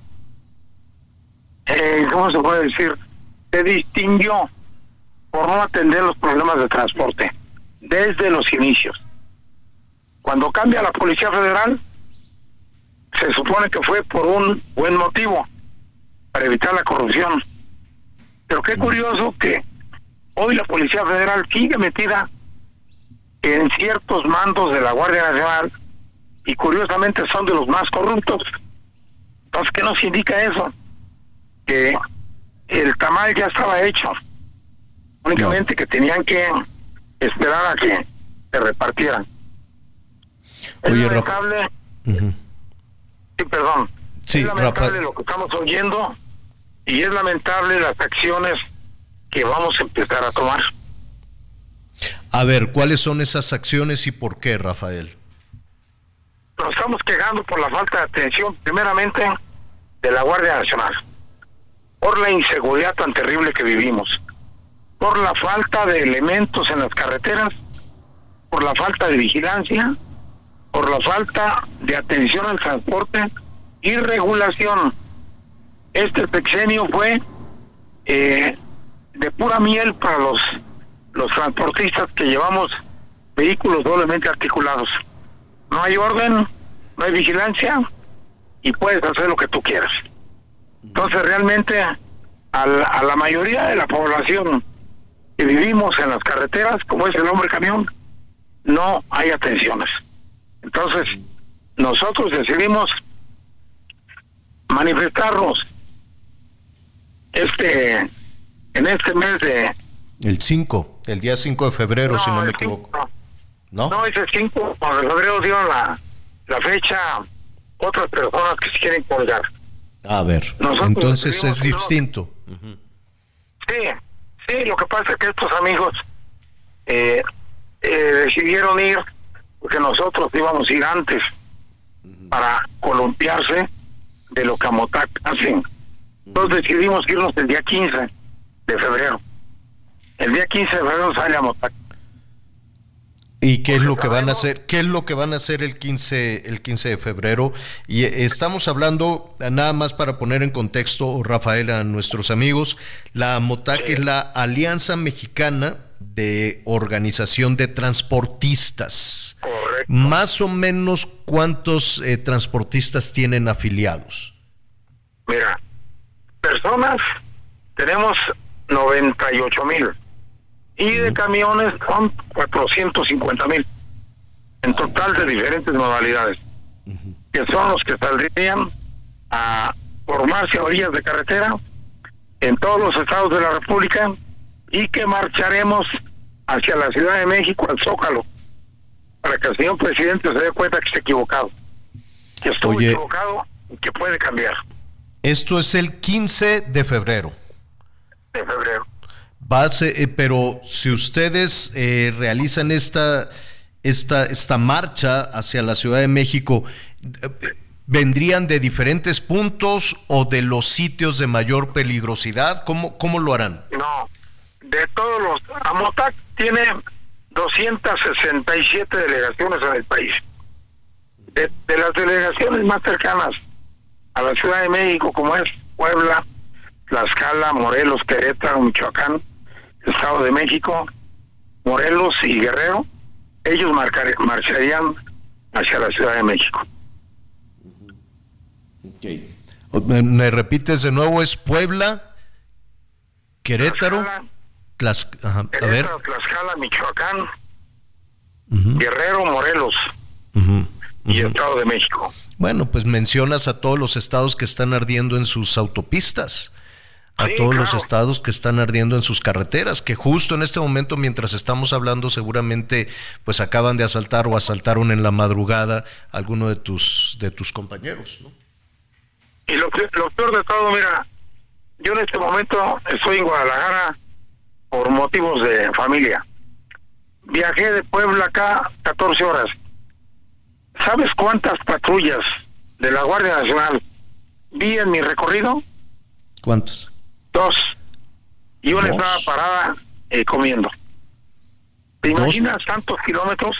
eh, ¿cómo se puede decir? Se distinguió por no atender los problemas de transporte desde los inicios. Cuando cambia la Policía Federal, se supone que fue por un buen motivo, para evitar la corrupción. Pero qué curioso que hoy la Policía Federal sigue metida en ciertos mandos de la Guardia Nacional y curiosamente son de los más corruptos. Entonces, ¿qué nos indica eso? Que el tamal ya estaba hecho, únicamente que tenían que esperar a que se repartieran. Es Oye, lamentable, Rafa. Uh-huh. sí, perdón, sí, es lamentable Rafa. lo que estamos oyendo y es lamentable las acciones que vamos a empezar a tomar. A ver, ¿cuáles son esas acciones y por qué, Rafael? Nos estamos quejando por la falta de atención, primeramente, de la Guardia Nacional, por la inseguridad tan terrible que vivimos, por la falta de elementos en las carreteras, por la falta de vigilancia, por la falta de atención al transporte y regulación. Este sexenio fue eh, de pura miel para los los transportistas que llevamos vehículos doblemente articulados. No hay orden, no hay vigilancia y puedes hacer lo que tú quieras. Entonces realmente a la, a la mayoría de la población que vivimos en las carreteras, como es el hombre camión, no hay atenciones. Entonces nosotros decidimos manifestarnos este en este mes de el cinco, el día cinco de febrero, no, si no me equivoco. cinco, no. no, no, ese cinco de febrero dieron la, la fecha otras personas que se quieren colgar. A ver, nosotros entonces es distinto. Uh-huh. Sí, sí, lo que pasa es que estos amigos eh, eh, decidieron ir porque nosotros íbamos a ir antes uh-huh. para columpiarse de lo que Amotac hacen. Entonces decidimos irnos el día quince de febrero. El día quince de febrero sale Amotac. ¿Y qué es lo que van a hacer? ¿Qué es lo que van a hacer el quince, el quince de febrero? Y estamos hablando, nada más para poner en contexto, Rafael, a nuestros amigos, la AMOTAC sí. es la Alianza Mexicana de Organización de Transportistas. Correcto. Más o menos, ¿cuántos eh, transportistas tienen afiliados? Mira, personas tenemos noventa y ocho mil. Y de camiones son cuatrocientos cincuenta mil, en total de diferentes modalidades, uh-huh. que son los que saldrían a formarse a orillas de carretera en todos los estados de la República y que marcharemos hacia la Ciudad de México, al Zócalo, para que el señor presidente se dé cuenta que está equivocado, que estuvo Oye, equivocado y que puede cambiar. Esto es el quince de febrero. De febrero. Base, eh, pero si ustedes eh, realizan esta, esta, esta marcha hacia la Ciudad de México, eh, ¿vendrían de diferentes puntos o de los sitios de mayor peligrosidad? ¿Cómo, cómo lo harán? No, de todos los... Amotac tiene doscientas sesenta y siete delegaciones en el país. De, de las delegaciones más cercanas a la Ciudad de México, como es Puebla, Tlaxcala, Morelos, Querétaro, Michoacán, Estado de México, Morelos y Guerrero, ellos marcar, marcharían hacia la Ciudad de México. Okay. ¿Me, me repites de nuevo? ¿Es Puebla, Querétaro, Tlaxcala, Tlax, ajá, Querétaro, a ver. Tlaxcala, Michoacán, uh-huh. Guerrero, Morelos uh-huh. y uh-huh. Estado de México? Bueno, pues mencionas a todos los estados que están ardiendo en sus autopistas. A sí, todos claro. los estados que están ardiendo en sus carreteras, que justo en este momento, mientras estamos hablando, seguramente pues acaban de asaltar o asaltaron en la madrugada a alguno de tus de tus compañeros, ¿no? Y lo, lo peor de todo, mira, yo en este momento estoy en Guadalajara por motivos de familia. Viajé de Puebla acá catorce horas. ¿Sabes cuántas patrullas de la Guardia Nacional vi en mi recorrido? ¿Cuántas? Dos. Y una Dos. estaba parada eh, comiendo. ¿Te Dos. imaginas tantos kilómetros?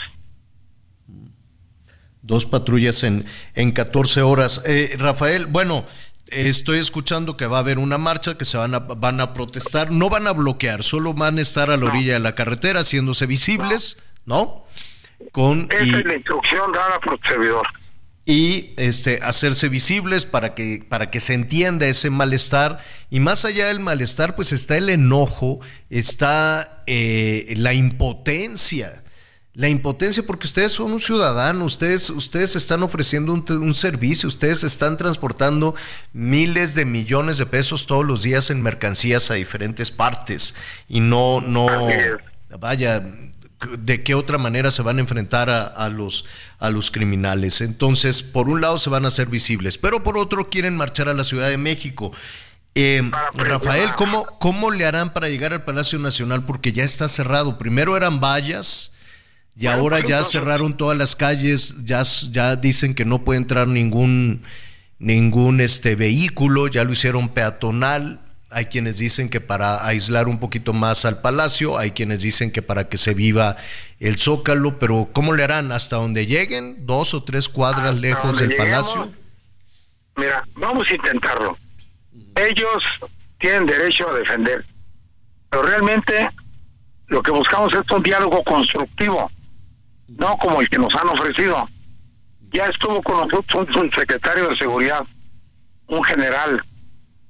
Dos patrullas en, en catorce horas. Eh, Rafael, bueno, eh, estoy escuchando que va a haber una marcha, que se van a, van a protestar. No van a bloquear, solo van a estar a la orilla no. de la carretera haciéndose visibles, ¿no? Con, Esa y, es la instrucción dada por el servidor. Y este hacerse visibles para que para que se entienda ese malestar, y más allá del malestar pues está el enojo, está eh, la impotencia, la impotencia porque ustedes son un ciudadano, ustedes ustedes están ofreciendo un, un servicio, ustedes están transportando miles de millones de pesos todos los días en mercancías a diferentes partes y no no vaya. ¿De qué otra manera se van a enfrentar a, a los a los criminales? Entonces, por un lado se van a hacer visibles, pero por otro quieren marchar a la Ciudad de México. Eh, Rafael, ¿cómo, ¿cómo le harán para llegar al Palacio Nacional? Porque ya está cerrado. Primero eran vallas y bueno, ahora ya entonces... cerraron todas las calles, ya, ya dicen que no puede entrar ningún, ningún este, vehículo, ya lo hicieron peatonal. Hay quienes dicen que para aislar un poquito más al Palacio, hay quienes dicen que para que se viva el Zócalo, pero ¿cómo le harán? ¿Hasta donde lleguen? ¿Dos o tres cuadras hasta lejos del lleguemos, Palacio? Mira, vamos a intentarlo. Ellos tienen derecho a defender, pero realmente lo que buscamos es un diálogo constructivo, no como el que nos han ofrecido. Ya estuvo con nosotros un secretario de Seguridad, un general,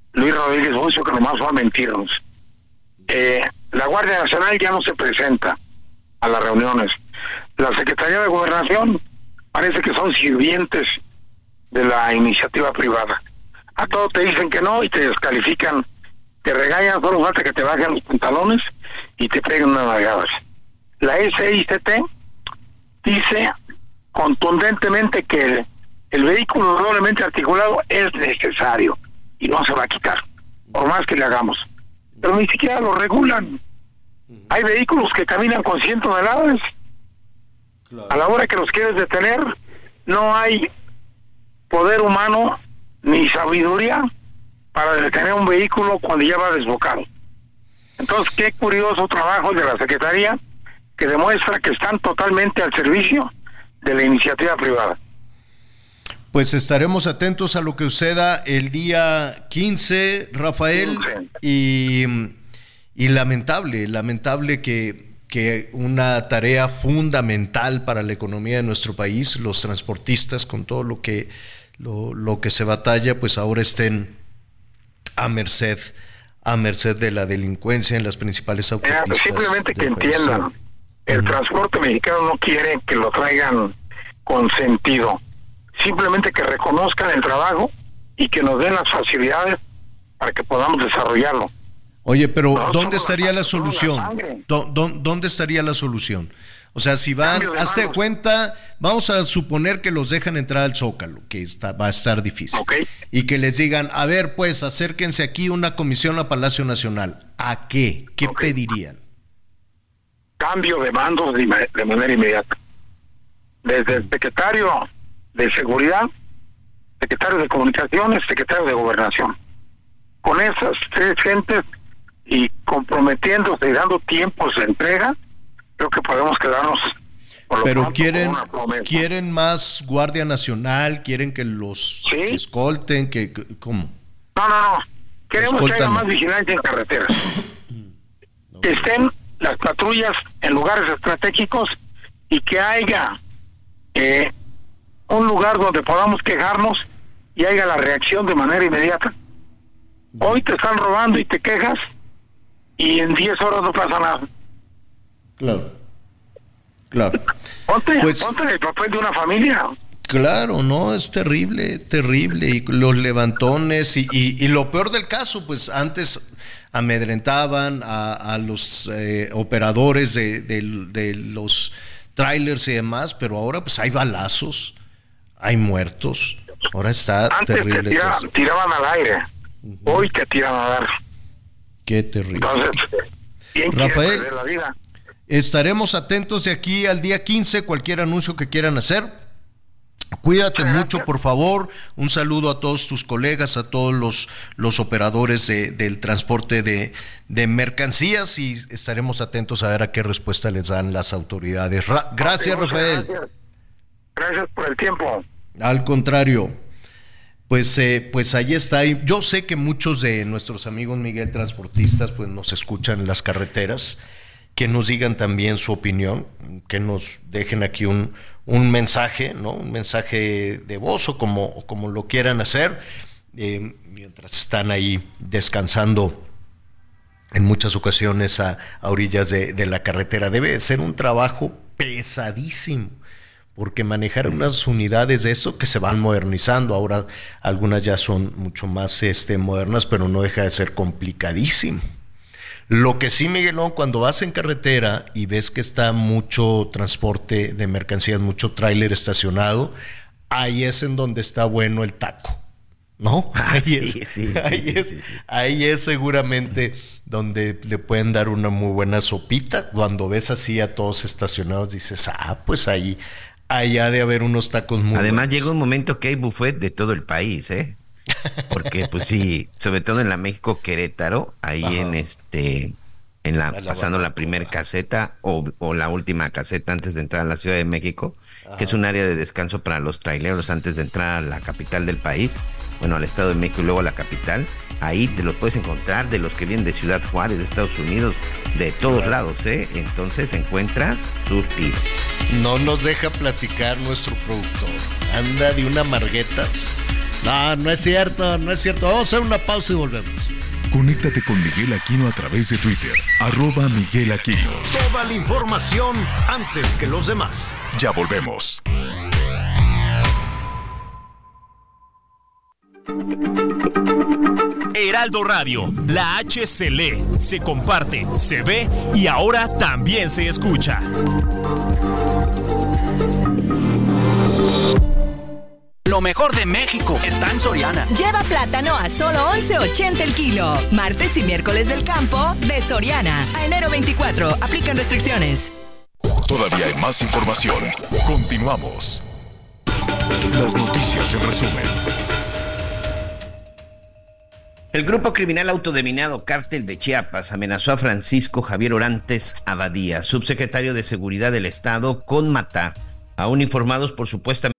Luis Rodríguez Bucio, que nomás va a mentirnos. Eh, la Guardia Nacional ya no se presenta a las reuniones. La Secretaría de Gobernación parece que son sirvientes de la iniciativa privada. A todo te dicen que no y te descalifican, te regañan, solo falta que te bajen los pantalones y te peguen unas nalgadas. La S I C T dice contundentemente que el, el vehículo doblemente articulado es necesario y no se va a quitar, por más que le hagamos. Pero ni siquiera lo regulan. Hay vehículos que caminan con cien toneladas. Claro. A la hora que los quieres detener, no hay poder humano ni sabiduría para detener un vehículo cuando ya va desbocado. Entonces, qué curioso trabajo de la Secretaría, que demuestra que están totalmente al servicio de la iniciativa privada. Pues estaremos atentos a lo que suceda el día quince, Rafael, quince. y, y lamentable, lamentable que, que una tarea fundamental para la economía de nuestro país, los transportistas, con todo lo que, lo, lo que se batalla, pues ahora estén a merced, a merced de la delincuencia en las principales autopistas. Simplemente que entiendan, el uh-huh. transporte mexicano no quiere que lo traigan con sentido. Simplemente que reconozcan el trabajo y que nos den las facilidades para que podamos desarrollarlo. Oye, pero no, ¿dónde estaría la solución? La ¿Dónde estaría la solución? O sea, si van, hazte cuenta, vamos a suponer que los dejan entrar al Zócalo, que está, va a estar difícil. Okay. Y que les digan, a ver, pues, acérquense aquí una comisión a Palacio Nacional. ¿A qué? ¿Qué okay. pedirían? Cambio de mandos de, de manera inmediata. Desde el secretario de Seguridad, secretario de Comunicaciones, secretario de Gobernación. Con esas tres gentes y comprometiéndose y dando tiempos de entrega, creo que podemos quedarnos. Por lo Pero pronto, quieren quieren más Guardia Nacional, quieren que los ¿Sí? escolten, que ¿cómo? No, no, no. Queremos Escoltan. que haya más vigilancia en carreteras. no. Que estén las patrullas en lugares estratégicos y que haya eh, un lugar donde podamos quejarnos y haya la reacción de manera inmediata. Hoy te están robando y te quejas y en diez horas no pasa nada. Claro, claro. Ponte, pues, ponte en el papel de una familia. Claro, no, es terrible, terrible. Y los levantones y, y, y lo peor del caso, pues antes amedrentaban a, a los eh, operadores de, de, de los trailers y demás, pero ahora pues hay balazos, hay muertos, ahora está Antes terrible. Te tira, tiraban al aire, uh-huh. Hoy te tiran a dar. Qué terrible. Entonces, ¿quién Rafael, quiere perder la vida? Estaremos atentos de aquí al día quince, cualquier anuncio que quieran hacer. Cuídate Muchas mucho, gracias. por favor. Un saludo a todos tus colegas, a todos los, los operadores de, del transporte de, de mercancías, y estaremos atentos a ver a qué respuesta les dan las autoridades. Ra- gracias, okay, Rafael. Gracias. Gracias por el tiempo. Al contrario. Pues, eh, pues ahí está. Y yo sé que muchos de nuestros amigos, Miguel, transportistas, pues nos escuchan en las carreteras. Que nos digan también su opinión, que nos dejen aquí un, un mensaje, ¿no? Un mensaje de voz o como, como lo quieran hacer, eh, mientras están ahí descansando en muchas ocasiones a, a orillas de, de la carretera. Debe ser un trabajo pesadísimo, porque manejar unas unidades de esto que se van modernizando, ahora algunas ya son mucho más este, modernas, pero no deja de ser complicadísimo. Lo que sí, Miguelón, cuando vas en carretera y ves que está mucho transporte de mercancías, mucho tráiler estacionado, ahí es en donde está bueno el taco, ¿no? Ah, ahí sí, es, sí, sí, ahí, sí, es sí, sí. ahí es seguramente donde le pueden dar una muy buena sopita. Cuando ves así a todos estacionados, dices, ah, pues ahí, ahí ha de haber unos tacos muy Además buenos. llega un momento que hay buffet de todo el país, ¿eh? Porque pues sí, sobre todo en la México Querétaro, ahí Ajá. en este, en la, la pasando la primer caseta o, o la última caseta antes de entrar a la Ciudad de México, Ajá. que es un área de descanso para los traileros antes de entrar a la capital del país, bueno, al Estado de México y luego a la capital. Ahí te los puedes encontrar, de los que vienen de Ciudad Juárez, de Estados Unidos, de todos claro. lados, ¿eh? Entonces encuentras surtido. No nos deja platicar nuestro productor, anda de una marguetas. No, no es cierto, no es cierto. Vamos a hacer una pausa y volvemos. Conéctate con Miguel Aquino a través de Twitter, arroba Miguel Aquino. Toda la información antes que los demás. Ya volvemos. Heraldo Radio, la H se lee, se comparte, se ve y ahora también se escucha. Lo mejor de México está en Soriana. Lleva plátano a solo once ochenta el kilo. Martes y miércoles del campo de Soriana. A enero veinticuatro. Aplican restricciones. Todavía hay más información. Continuamos. Las noticias en resumen. El grupo criminal autodenominado Cártel de Chiapas amenazó a Francisco Javier Orantes Abadía, subsecretario de Seguridad del Estado, con matar a uniformados por supuestamente.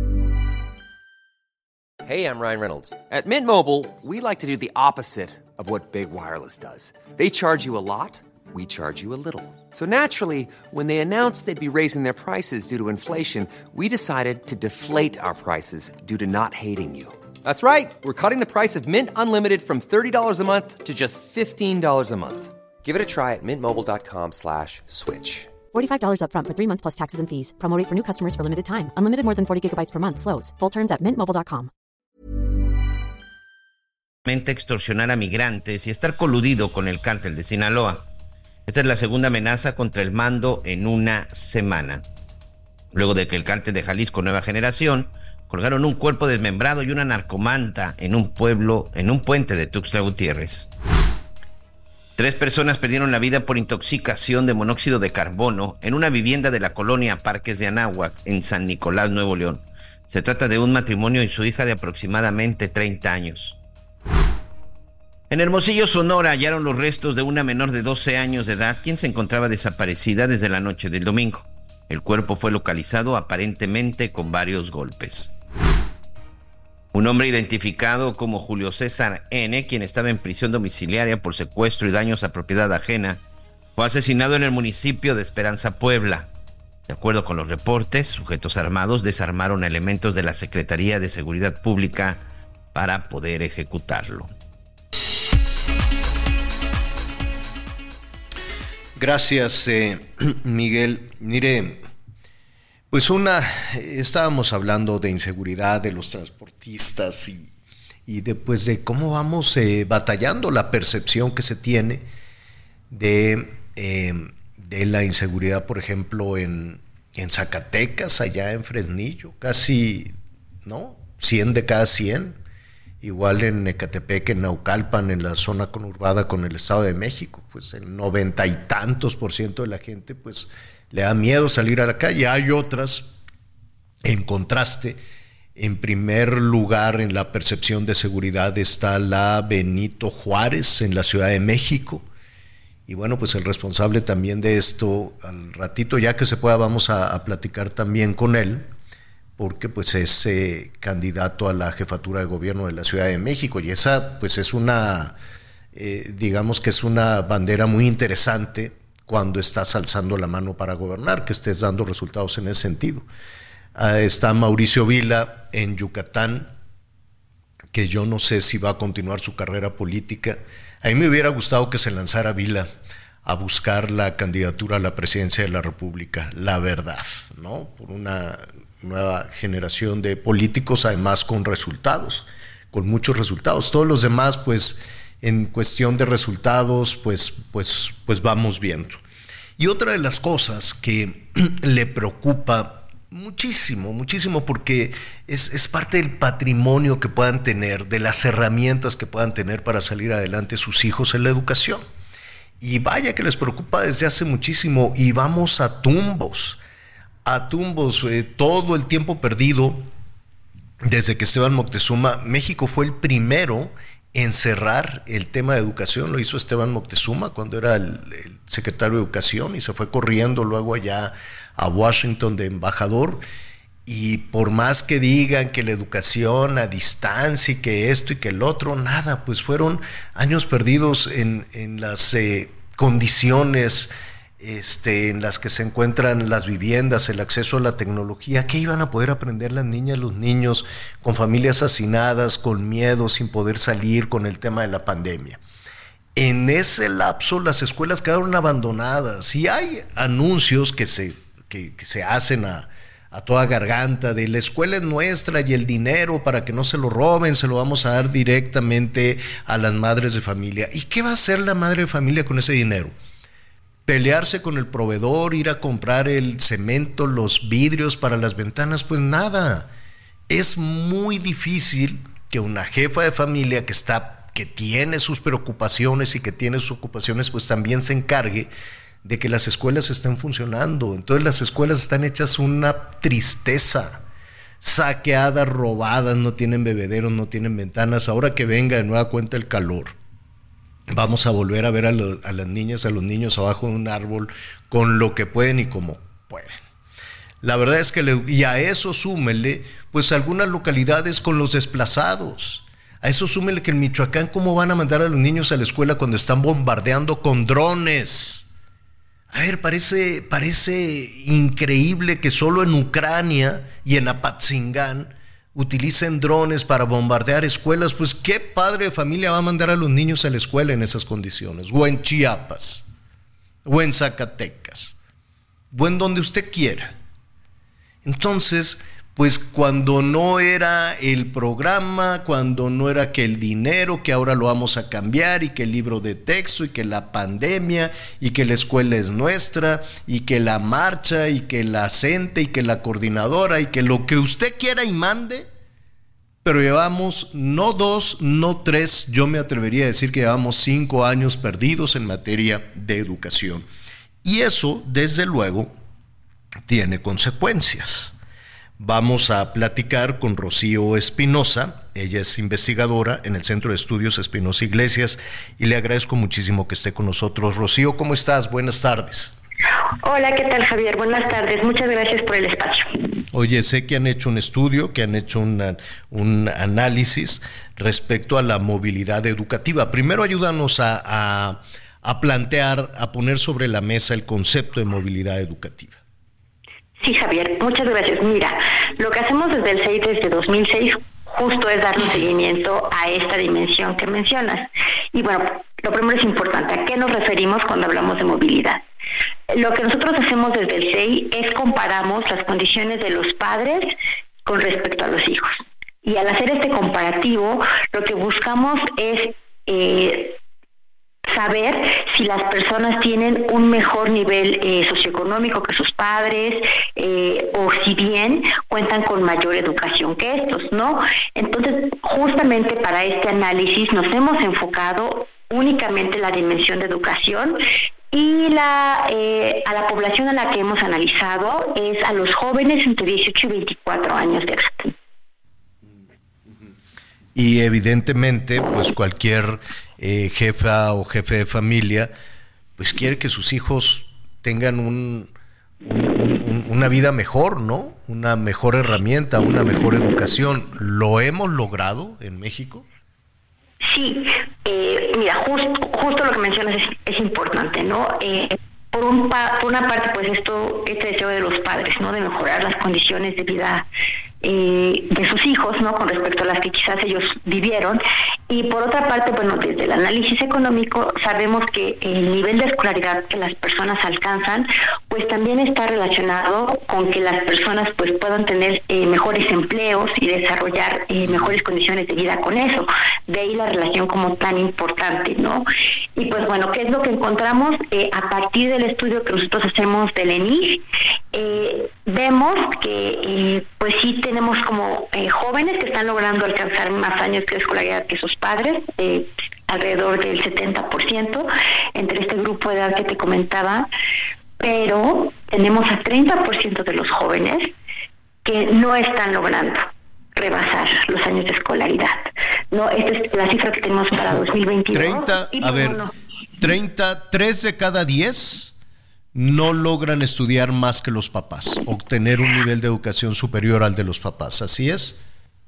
Hey, I'm Ryan Reynolds. At Mint Mobile, we like to do the opposite of what Big Wireless does. They charge you a lot, we charge you a little. So naturally, when they announced they'd be raising their prices due to inflation, we decided to deflate our prices due to not hating you. That's right. We're cutting the price of Mint Unlimited from thirty dollars a month to just fifteen dollars a month. Give it a try at mintmobile.com slash switch. forty-five dollars up front for three months plus taxes and fees. Promo rate for new customers for limited time. Unlimited more than forty gigabytes per month. Slows full terms at mint mobile dot com. Extorsionar a migrantes y estar coludido con el cártel de Sinaloa. Esta es la segunda amenaza contra el mando en una semana. Luego de que el cártel de Jalisco Nueva Generación colgaron un cuerpo desmembrado y una narcomanta en un pueblo, en un puente de Tuxtla Gutiérrez. Tres personas perdieron la vida por intoxicación de monóxido de carbono en una vivienda de la colonia Parques de Anáhuac, en San Nicolás, Nuevo León. Se trata de un matrimonio y su hija de aproximadamente treinta años. En Hermosillo, Sonora, hallaron los restos de una menor de doce años de edad, quien se encontraba desaparecida desde la noche del domingo. El cuerpo fue localizado aparentemente con varios golpes. Un hombre identificado como Julio César N., quien estaba en prisión domiciliaria por secuestro y daños a propiedad ajena, fue asesinado en el municipio de Esperanza, Puebla. De acuerdo con los reportes, sujetos armados desarmaron elementos de la Secretaría de Seguridad Pública para poder ejecutarlo. Gracias, eh, Miguel. Mire, pues una, estábamos hablando de inseguridad de los transportistas y, y después de cómo vamos eh, batallando la percepción que se tiene de, eh, de la inseguridad, por ejemplo, en, en Zacatecas, allá en Fresnillo, casi, ¿no? cien de cada cien. Igual en Ecatepec, en Naucalpan, en la zona conurbada con el Estado de México, pues el noventa y tantos por ciento de la gente pues le da miedo salir a la calle. Hay otras, en contraste, en primer lugar en la percepción de seguridad está la Benito Juárez en la Ciudad de México. Y bueno, pues el responsable también de esto, al ratito ya que se pueda vamos a, a platicar también con él, porque pues es eh, candidato a la jefatura de gobierno de la Ciudad de México, y esa pues es una, eh, digamos que es una bandera muy interesante cuando estás alzando la mano para gobernar, que estés dando resultados en ese sentido. Ah, está Mauricio Vila en Yucatán, que yo no sé si va a continuar su carrera política. A mí me hubiera gustado que se lanzara Vila a buscar la candidatura a la presidencia de la República, la verdad, ¿no? Por una nueva generación de políticos, además con resultados, con muchos resultados. Todos los demás, pues, en cuestión de resultados, pues, pues, pues vamos viendo. Y otra de las cosas que le preocupa muchísimo, muchísimo, porque es, es parte del patrimonio que puedan tener, de las herramientas que puedan tener para salir adelante sus hijos en la educación. Y vaya que les preocupa desde hace muchísimo, y vamos a tumbos. a tumbos, eh, todo el tiempo perdido desde que Esteban Moctezuma. México fue el primero en cerrar el tema de educación, lo hizo Esteban Moctezuma cuando era el, el secretario de Educación y se fue corriendo luego allá a Washington de embajador, y por más que digan que la educación a distancia y que esto y que el otro, nada, pues fueron años perdidos en, en las eh, condiciones este, en las que se encuentran las viviendas, el acceso a la tecnología, ¿qué iban a poder aprender las niñas, los niños con familias hacinadas, con miedo, sin poder salir, con el tema de la pandemia? En ese lapso las escuelas quedaron abandonadas y hay anuncios que se, que, que se hacen a, a toda garganta de la escuela es nuestra y el dinero para que no se lo roben, se lo vamos a dar directamente a las madres de familia. ¿Y qué va a hacer la madre de familia con ese dinero? Pelearse con el proveedor, ir a comprar el cemento, los vidrios para las ventanas, pues nada. Es muy difícil que una jefa de familia que está, que tiene sus preocupaciones y que tiene sus ocupaciones, pues también se encargue de que las escuelas estén funcionando. Entonces las escuelas están hechas una tristeza, saqueadas, robadas, no tienen bebederos, no tienen ventanas. Ahora que venga de nueva cuenta el calor, vamos a volver a ver a, lo, a las niñas, a los niños abajo de un árbol con lo que pueden y como pueden. La verdad es que, le, y a eso súmele, pues algunas localidades con los desplazados. A eso súmele que en Michoacán, ¿cómo van a mandar a los niños a la escuela cuando están bombardeando con drones? A ver, parece, parece increíble que solo en Ucrania y en Apatzingán utilicen drones para bombardear escuelas. Pues qué padre de familia va a mandar a los niños a la escuela en esas condiciones, o en Chiapas, o en Zacatecas, o en donde usted quiera. Entonces, pues cuando no era el programa, cuando no era que el dinero, que ahora lo vamos a cambiar, y que el libro de texto, y que la pandemia, y que la escuela es nuestra, y que la marcha, y que la CENTE, y que la coordinadora, y que lo que usted quiera y mande, pero llevamos no dos, no tres, yo me atrevería a decir que llevamos cinco años perdidos en materia de educación. Y eso, desde luego, tiene consecuencias. Vamos a platicar con Rocío Espinosa, ella es investigadora en el Centro de Estudios Espinosa Iglesias y le agradezco muchísimo que esté con nosotros. Rocío, ¿cómo estás? Buenas tardes. Hola, ¿qué tal, Javier? Buenas tardes, muchas gracias por el espacio. Oye, sé que han hecho un estudio, que han hecho una, un análisis respecto a la movilidad educativa. Primero ayúdanos a, a, a plantear, a poner sobre la mesa el concepto de movilidad educativa. Sí, Javier, muchas gracias. Mira, lo que hacemos desde el C E I desde dos mil seis justo es darle seguimiento a esta dimensión que mencionas. Y bueno, lo primero es importante, ¿a qué nos referimos cuando hablamos de movilidad? Lo que nosotros hacemos desde el C E I es comparamos las condiciones de los padres con respecto a los hijos. Y al hacer este comparativo, lo que buscamos es eh, saber si las personas tienen un mejor nivel eh, socioeconómico que sus padres eh, o si bien cuentan con mayor educación que estos, ¿no? Entonces, justamente para este análisis nos hemos enfocado únicamente en la dimensión de educación y la eh, a la población a la que hemos analizado es a los jóvenes entre dieciocho y veinticuatro años de edad. Y evidentemente, pues cualquier eh, jefa o jefe de familia, pues quiere que sus hijos tengan un, un, un, una vida mejor, ¿no? Una mejor herramienta, una mejor educación. ¿Lo hemos logrado en México? Sí, eh, mira, justo, justo lo que mencionas es, es importante, ¿no? Eh, por, un pa, por una parte, pues esto, este deseo de los padres, ¿no? De mejorar las condiciones de vida Eh, de sus hijos, ¿no? Con respecto a las que quizás ellos vivieron. Y por otra parte, bueno, desde el análisis económico sabemos que el nivel de escolaridad que las personas alcanzan, pues también está relacionado con que las personas pues puedan tener eh, mejores empleos y desarrollar eh, mejores condiciones de vida con eso. De ahí la relación como tan importante, ¿no? Y pues bueno, ¿qué es lo que encontramos? Eh, a partir del estudio que nosotros hacemos del E N I G, eh, vemos que eh, pues sí tenemos como eh, jóvenes que están logrando alcanzar más años de escolaridad que sus padres, eh, alrededor del setenta por ciento entre este grupo de edad que te comentaba, pero tenemos a treinta por ciento de los jóvenes que no están logrando rebasar los años de escolaridad. No, esta es la cifra que tenemos para dos mil veintidós. treinta, a ver, no. treinta, tres de cada diez no logran estudiar más que los papás, obtener un nivel de educación superior al de los papás, ¿así es?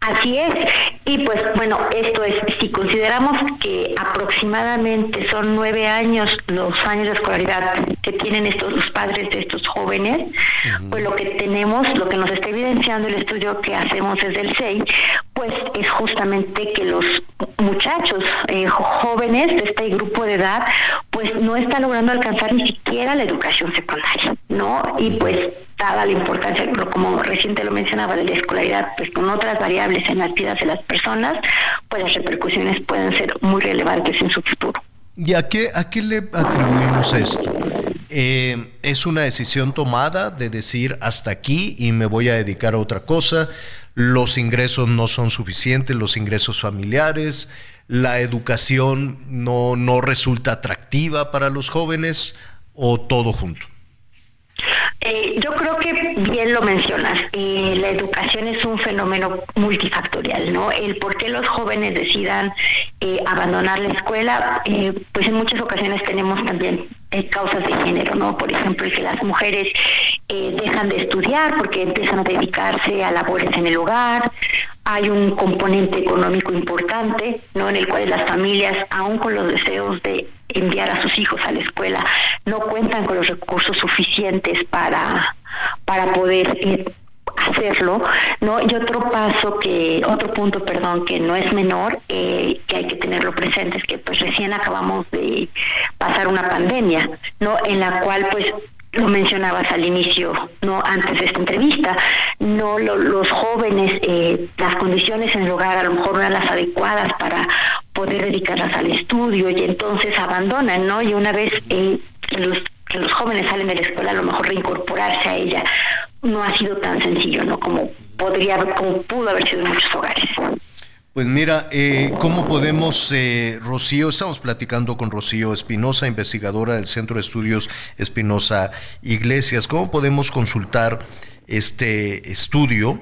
Así es, y pues bueno, esto es, si consideramos que aproximadamente son nueve años los años de escolaridad que tienen estos los padres de estos jóvenes, uh-huh. pues lo que tenemos, lo que nos está evidenciando el estudio que hacemos desde el S E I, pues es justamente que los muchachos eh, jóvenes de este grupo de edad, pues no están logrando alcanzar ni siquiera la educación secundaria, ¿no? Y pues dada la importancia, como recién te lo mencionaba, de la escolaridad, pues con otras variables en las vidas de las personas, pues las repercusiones pueden ser muy relevantes en su futuro. ¿Y a qué, a qué le atribuimos esto? Eh, ¿Es una decisión tomada de decir hasta aquí y me voy a dedicar a otra cosa? ¿Los ingresos no son suficientes, los ingresos familiares? ¿La educación no, no resulta atractiva para los jóvenes? ¿O todo junto? Eh, yo creo que bien lo mencionas, eh, la educación es un fenómeno multifactorial, ¿no? El por qué los jóvenes decidan eh, abandonar la escuela, eh, pues en muchas ocasiones tenemos también eh, causas de género, ¿no? Por ejemplo, el que las mujeres eh, dejan de estudiar porque empiezan a dedicarse a labores en el hogar. Hay un componente económico importante, ¿no? En el cual las familias, aún con los deseos de enviar a sus hijos a la escuela, no cuentan con los recursos suficientes para para poder eh, hacerlo, ¿no? Y otro paso que, otro punto, perdón, que no es menor, eh, que hay que tenerlo presente, es que pues recién acabamos de pasar una pandemia, ¿no? En la cual pues lo mencionabas al inicio, no antes de esta entrevista, no lo, los jóvenes, eh, las condiciones en el hogar a lo mejor no eran las adecuadas para poder dedicarlas al estudio y entonces abandonan, ¿no? Y una vez eh, que los que los jóvenes salen de la escuela, a lo mejor reincorporarse a ella no ha sido tan sencillo, ¿no? Como podría, como pudo haber sido en muchos hogares. Pues mira, eh, ¿cómo podemos, eh, Rocío? Estamos platicando con Rocío Espinosa, investigadora del Centro de Estudios Espinosa Iglesias. ¿Cómo podemos consultar este estudio?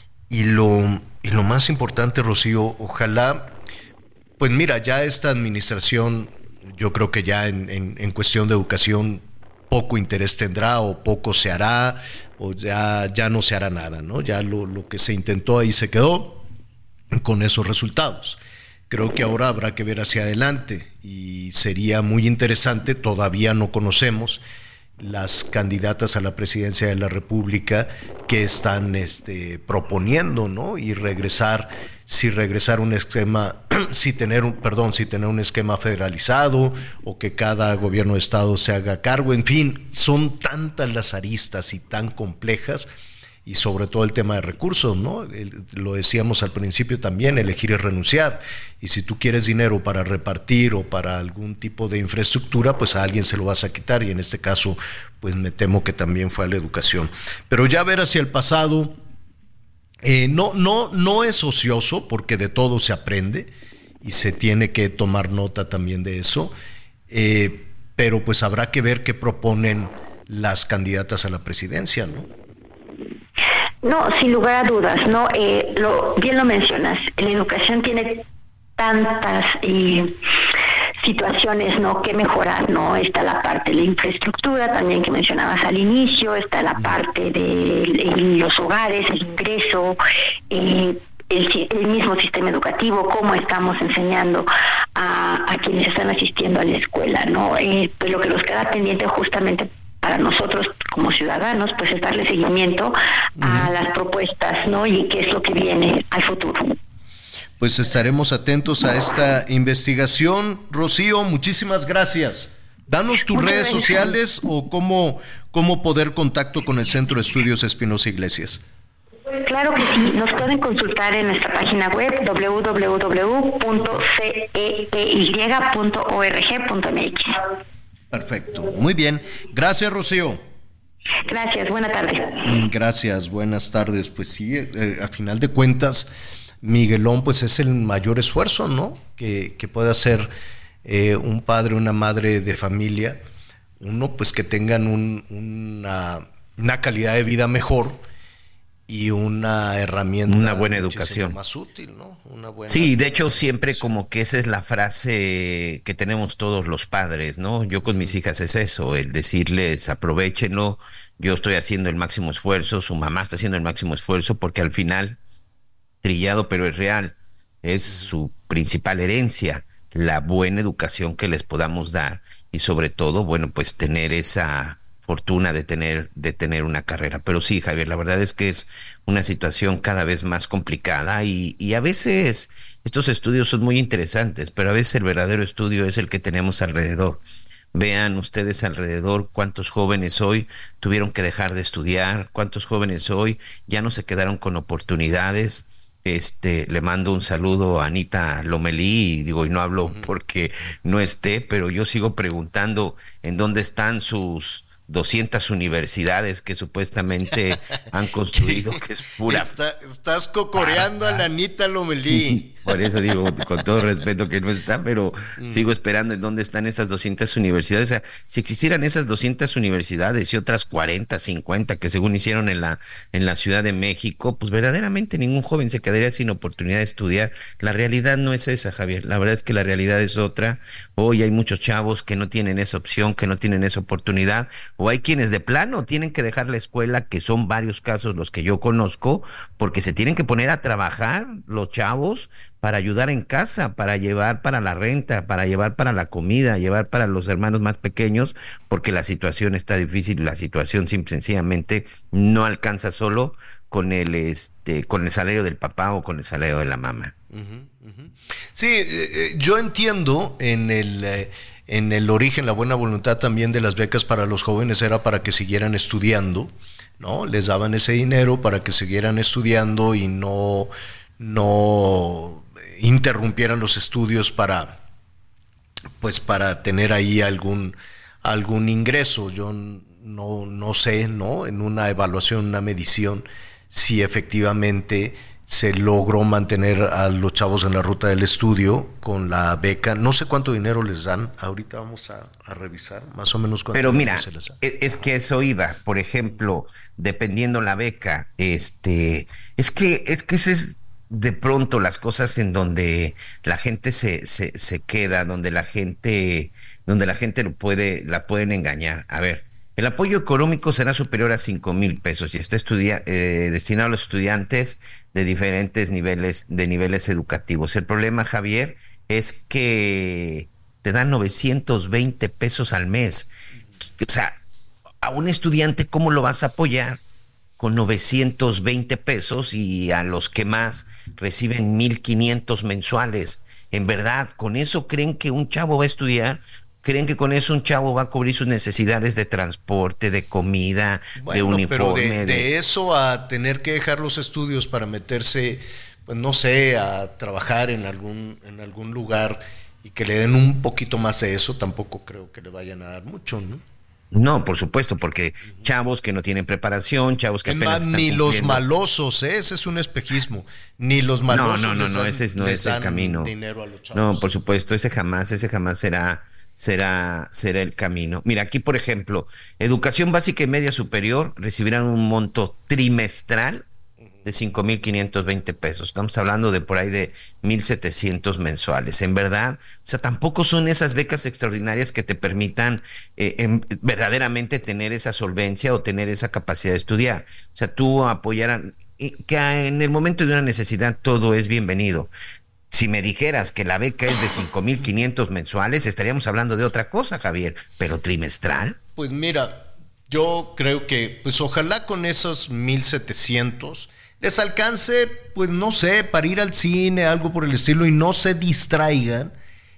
Y lo, y lo más importante, Rocío, ojalá, pues mira, ya esta administración, yo creo que ya en, en, en cuestión de educación poco interés tendrá o poco se hará o ya, ya no se hará nada, ¿no? Ya lo, lo que se intentó ahí se quedó con esos resultados. Creo que ahora habrá que ver hacia adelante y sería muy interesante, todavía no conocemos las candidatas a la presidencia de la República que están este, proponiendo, ¿no? Y regresar, si regresar un esquema, si tener un, perdón, si tener un esquema federalizado o que cada gobierno de estado se haga cargo, en fin, son tantas las aristas y tan complejas. Y sobre todo el tema de recursos, ¿no? El, lo decíamos al principio también, elegir es renunciar. Y si tú quieres dinero para repartir o para algún tipo de infraestructura, pues a alguien se lo vas a quitar. Y en este caso, pues me temo que también fue a la educación. Pero ya ver hacia el pasado, eh, no, no, no es ocioso, porque de todo se aprende y se tiene que tomar nota también de eso. Eh, pero pues habrá que ver qué proponen las candidatas a la presidencia, ¿no? No, sin lugar a dudas, ¿no? Eh, lo, bien lo mencionas, la educación tiene tantas eh, situaciones, ¿no?, que mejorar, ¿no? Está la parte de la infraestructura, también que mencionabas al inicio, está la parte de, de los hogares, el ingreso, eh, el, el mismo sistema educativo, cómo estamos enseñando a, a quienes están asistiendo a la escuela, ¿no? Eh, pues lo que nos queda pendiente justamente para nosotros como ciudadanos, pues es darle seguimiento uh-huh. a las propuestas, ¿no? Y qué es lo que viene al futuro. Pues estaremos atentos a esta investigación. Rocío, muchísimas gracias. Danos tus Muchas redes gracias. sociales o cómo, cómo poder contacto con el Centro de Estudios Espinosa Iglesias. Claro que sí, nos pueden consultar en nuestra página web doble u doble u doble u punto c e e y punto org punto m x. Perfecto, muy bien. Gracias, Rocío. Gracias, buena tarde. Gracias, buenas tardes. Pues sí, eh, a final de cuentas, Miguelón, pues es el mayor esfuerzo, ¿no? Que, que puede hacer eh, un padre, una madre de familia, uno, pues que tengan un, una, una calidad de vida mejor y una herramienta, una buena educación más útil, ¿no? Una buena sí, de hecho siempre como que esa es la frase que tenemos todos los padres, ¿no? Yo con mis hijas es eso, el decirles aprovéchenlo, yo estoy haciendo el máximo esfuerzo, su mamá está haciendo el máximo esfuerzo, porque al final trillado, pero es real. Es su principal herencia, la buena educación que les podamos dar y sobre todo, bueno, pues tener esa fortuna de tener, de tener una carrera. Pero sí, Javier, la verdad es que es una situación cada vez más complicada y, y a veces estos estudios son muy interesantes, pero a veces el verdadero estudio es el que tenemos alrededor. Vean ustedes alrededor cuántos jóvenes hoy tuvieron que dejar de estudiar, cuántos jóvenes hoy ya no se quedaron con oportunidades. Este, le mando un saludo a Anita Lomelí y digo, y no hablo porque no esté, pero yo sigo preguntando en dónde están sus doscientas universidades que supuestamente han construido, que es pura... Está, estás cocoreando farsa. A la Anita Lomelí. Por eso digo, con todo respeto, que no está, pero Mm. sigo esperando en dónde están esas doscientas universidades. O sea, si existieran esas doscientas universidades y otras cuarenta, cincuenta que según hicieron en la, en la Ciudad de México, pues verdaderamente ningún joven se quedaría sin oportunidad de estudiar. La realidad no es esa, Javier. La verdad es que la realidad es otra. Hoy hay muchos chavos que no tienen esa opción, que no tienen esa oportunidad, o hay quienes de plano tienen que dejar la escuela, que son varios casos los que yo conozco, porque se tienen que poner a trabajar los chavos para ayudar en casa, para llevar para la renta, para llevar para la comida, llevar para los hermanos más pequeños, porque la situación está difícil, la situación simple, sencillamente no alcanza solo con el este con el salario del papá o con el salario de la mamá. Uh-huh, uh-huh. Sí, eh, yo entiendo en el eh, en el origen, la buena voluntad también de las becas para los jóvenes era para que siguieran estudiando, ¿no? Les daban ese dinero para que siguieran estudiando y no no interrumpieran los estudios para pues para tener ahí algún algún ingreso. Yo no no sé, ¿no? En una evaluación, una medición, si efectivamente se logró mantener a los chavos en la ruta del estudio con la beca. No sé cuánto dinero les dan. Ahorita vamos a, a revisar más o menos cuánto Pero dinero mira, se les da. es, es que eso iba. Por ejemplo, dependiendo la beca, este, es que es que ese es de pronto las cosas en donde la gente se, se, se queda, donde la gente, donde la gente lo puede, la pueden engañar. A ver, el apoyo económico será superior a cinco mil pesos y está estudia, eh, destinado a los estudiantes de diferentes niveles, de niveles educativos. El problema, Javier, es que te dan novecientos veinte pesos al mes. O sea, a un estudiante, ¿cómo lo vas a apoyar con novecientos veinte pesos y a los que más reciben mil quinientos mensuales? En verdad, ¿con eso creen que un chavo va a estudiar? ¿Creen que con eso un chavo va a cubrir sus necesidades de transporte, de comida, Bueno, de uniforme? pero de, de eso a tener que dejar los estudios para meterse, pues no sé, a trabajar en algún, en algún lugar y que le den un poquito más de eso, tampoco creo que le vayan a dar mucho, ¿no? No, por supuesto, porque chavos que no tienen preparación, chavos que Es apenas más, están ni los cumpliendo. malosos, ¿eh? Ese es un espejismo. Ni los No, malosos no, no, les no, dan- ese es- no les es el dan camino. dinero a los chavos. No, por supuesto, ese jamás, ese jamás será, será, será el camino. Mira, aquí, por ejemplo, educación básica y media superior recibirán un monto trimestral de cinco mil quinientos veinte pesos. Estamos hablando de por ahí de mil setecientos mensuales. En verdad, o sea, tampoco son esas becas extraordinarias que te permitan eh, em, verdaderamente tener esa solvencia o tener esa capacidad de estudiar. O sea, tú apoyarán, y que en el momento de una necesidad todo es bienvenido. Si me dijeras que la beca es de cinco mil quinientos mensuales, estaríamos hablando de otra cosa, Javier, pero trimestral. Pues mira, yo creo que, pues ojalá con esos mil setecientos les alcance, pues no sé, para ir al cine, algo por el estilo, y no se distraigan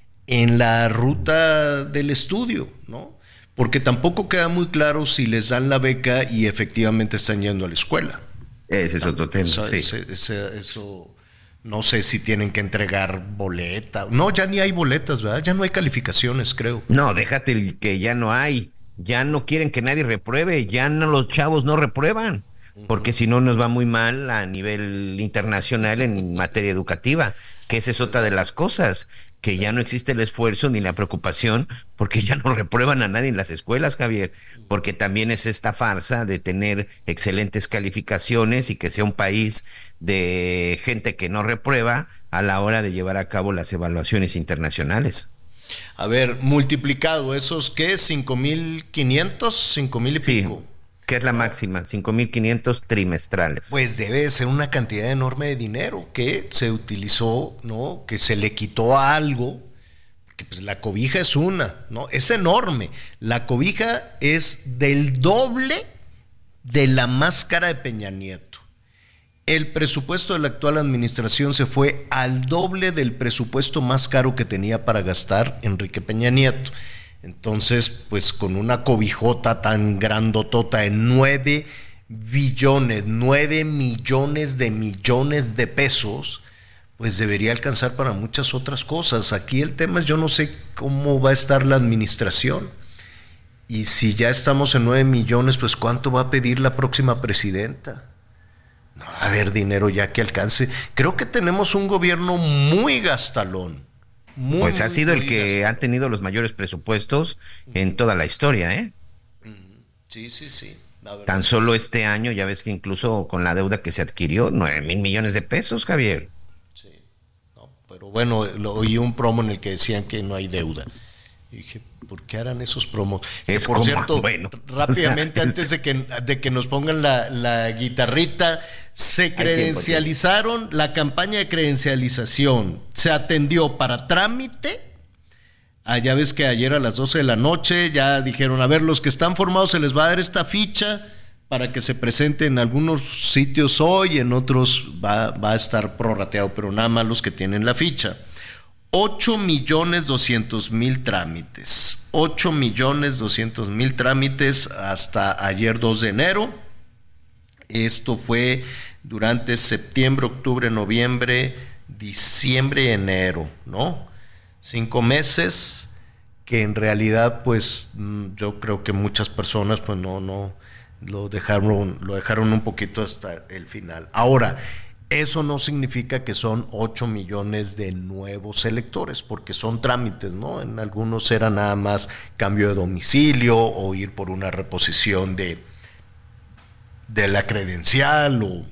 en la ruta del estudio, ¿no? Porque tampoco queda muy claro si les dan la beca y efectivamente están yendo a la escuela. Ese es otro tema, O sea, sí. ese- ese- eso, no sé si tienen que entregar boleta. No, ya ni hay boletas, ¿verdad? Ya no hay calificaciones, creo. No, déjate el que ya no hay. Ya no quieren que nadie repruebe. Ya no, los chavos no reprueban. Porque si no nos va muy mal a nivel internacional en materia educativa. Que esa es otra de las cosas. Que ya no existe el esfuerzo ni la preocupación porque ya no reprueban a nadie en las escuelas, Javier. Porque también es esta farsa de tener excelentes calificaciones y que sea un país de gente que no reprueba a la hora de llevar a cabo las evaluaciones internacionales. A ver, multiplicado, ¿esos qué? ¿cinco mil quinientos? ¿Cinco mil y pico? ¿Qué es la máxima? cinco mil quinientos trimestrales. Pues debe ser una cantidad enorme de dinero que se utilizó, ¿no? Que se le quitó a algo, que pues la cobija es una, ¿no? Es enorme. La cobija es del doble de la más cara de Peña Nieto. El presupuesto de la actual administración se fue al doble del presupuesto más caro que tenía para gastar Enrique Peña Nieto. Entonces, pues con una cobijota tan grandotota de nueve billones, nueve millones de millones de pesos, pues debería alcanzar para muchas otras cosas. Aquí el tema es, yo no sé cómo va a estar la administración. Y si ya estamos en nueve millones, pues ¿cuánto va a pedir la próxima presidenta? No va a haber dinero ya que alcance. Creo que tenemos un gobierno muy gastalón. Muy, pues ha muy, sido muy el que gastalón. ha tenido los mayores presupuestos en toda la historia, ¿eh? Sí, sí, sí. Tan solo este año, ya ves que incluso con la deuda que se adquirió, nueve mil millones de pesos, Javier. Sí, no, pero bueno, lo, oí un promo en el que decían que no hay deuda. Y dije, ¿por qué harán esos promos? Que Es por como, cierto, bueno, rápidamente o sea, antes de que, de que nos pongan la, la guitarrita, se credencializaron, la campaña de credencialización se atendió para trámite. Ah, ya ves que ayer a las doce de la noche ya dijeron, a ver, los que están formados se les va a dar esta ficha para que se presente en algunos sitios hoy, en otros va, va a estar prorrateado, pero nada más los que tienen la ficha. ocho millones doscientos mil trámites, ocho millones doscientos mil trámites hasta ayer dos de enero. Esto fue durante septiembre, octubre, noviembre, diciembre y enero, ¿no? Cinco meses que en realidad, pues, yo creo que muchas personas, pues, no, no, lo dejaron, lo dejaron un poquito hasta el final. Ahora, eso no significa que son ocho millones de nuevos electores, porque son trámites, ¿no? En algunos era nada más cambio de domicilio o ir por una reposición de, de la credencial o,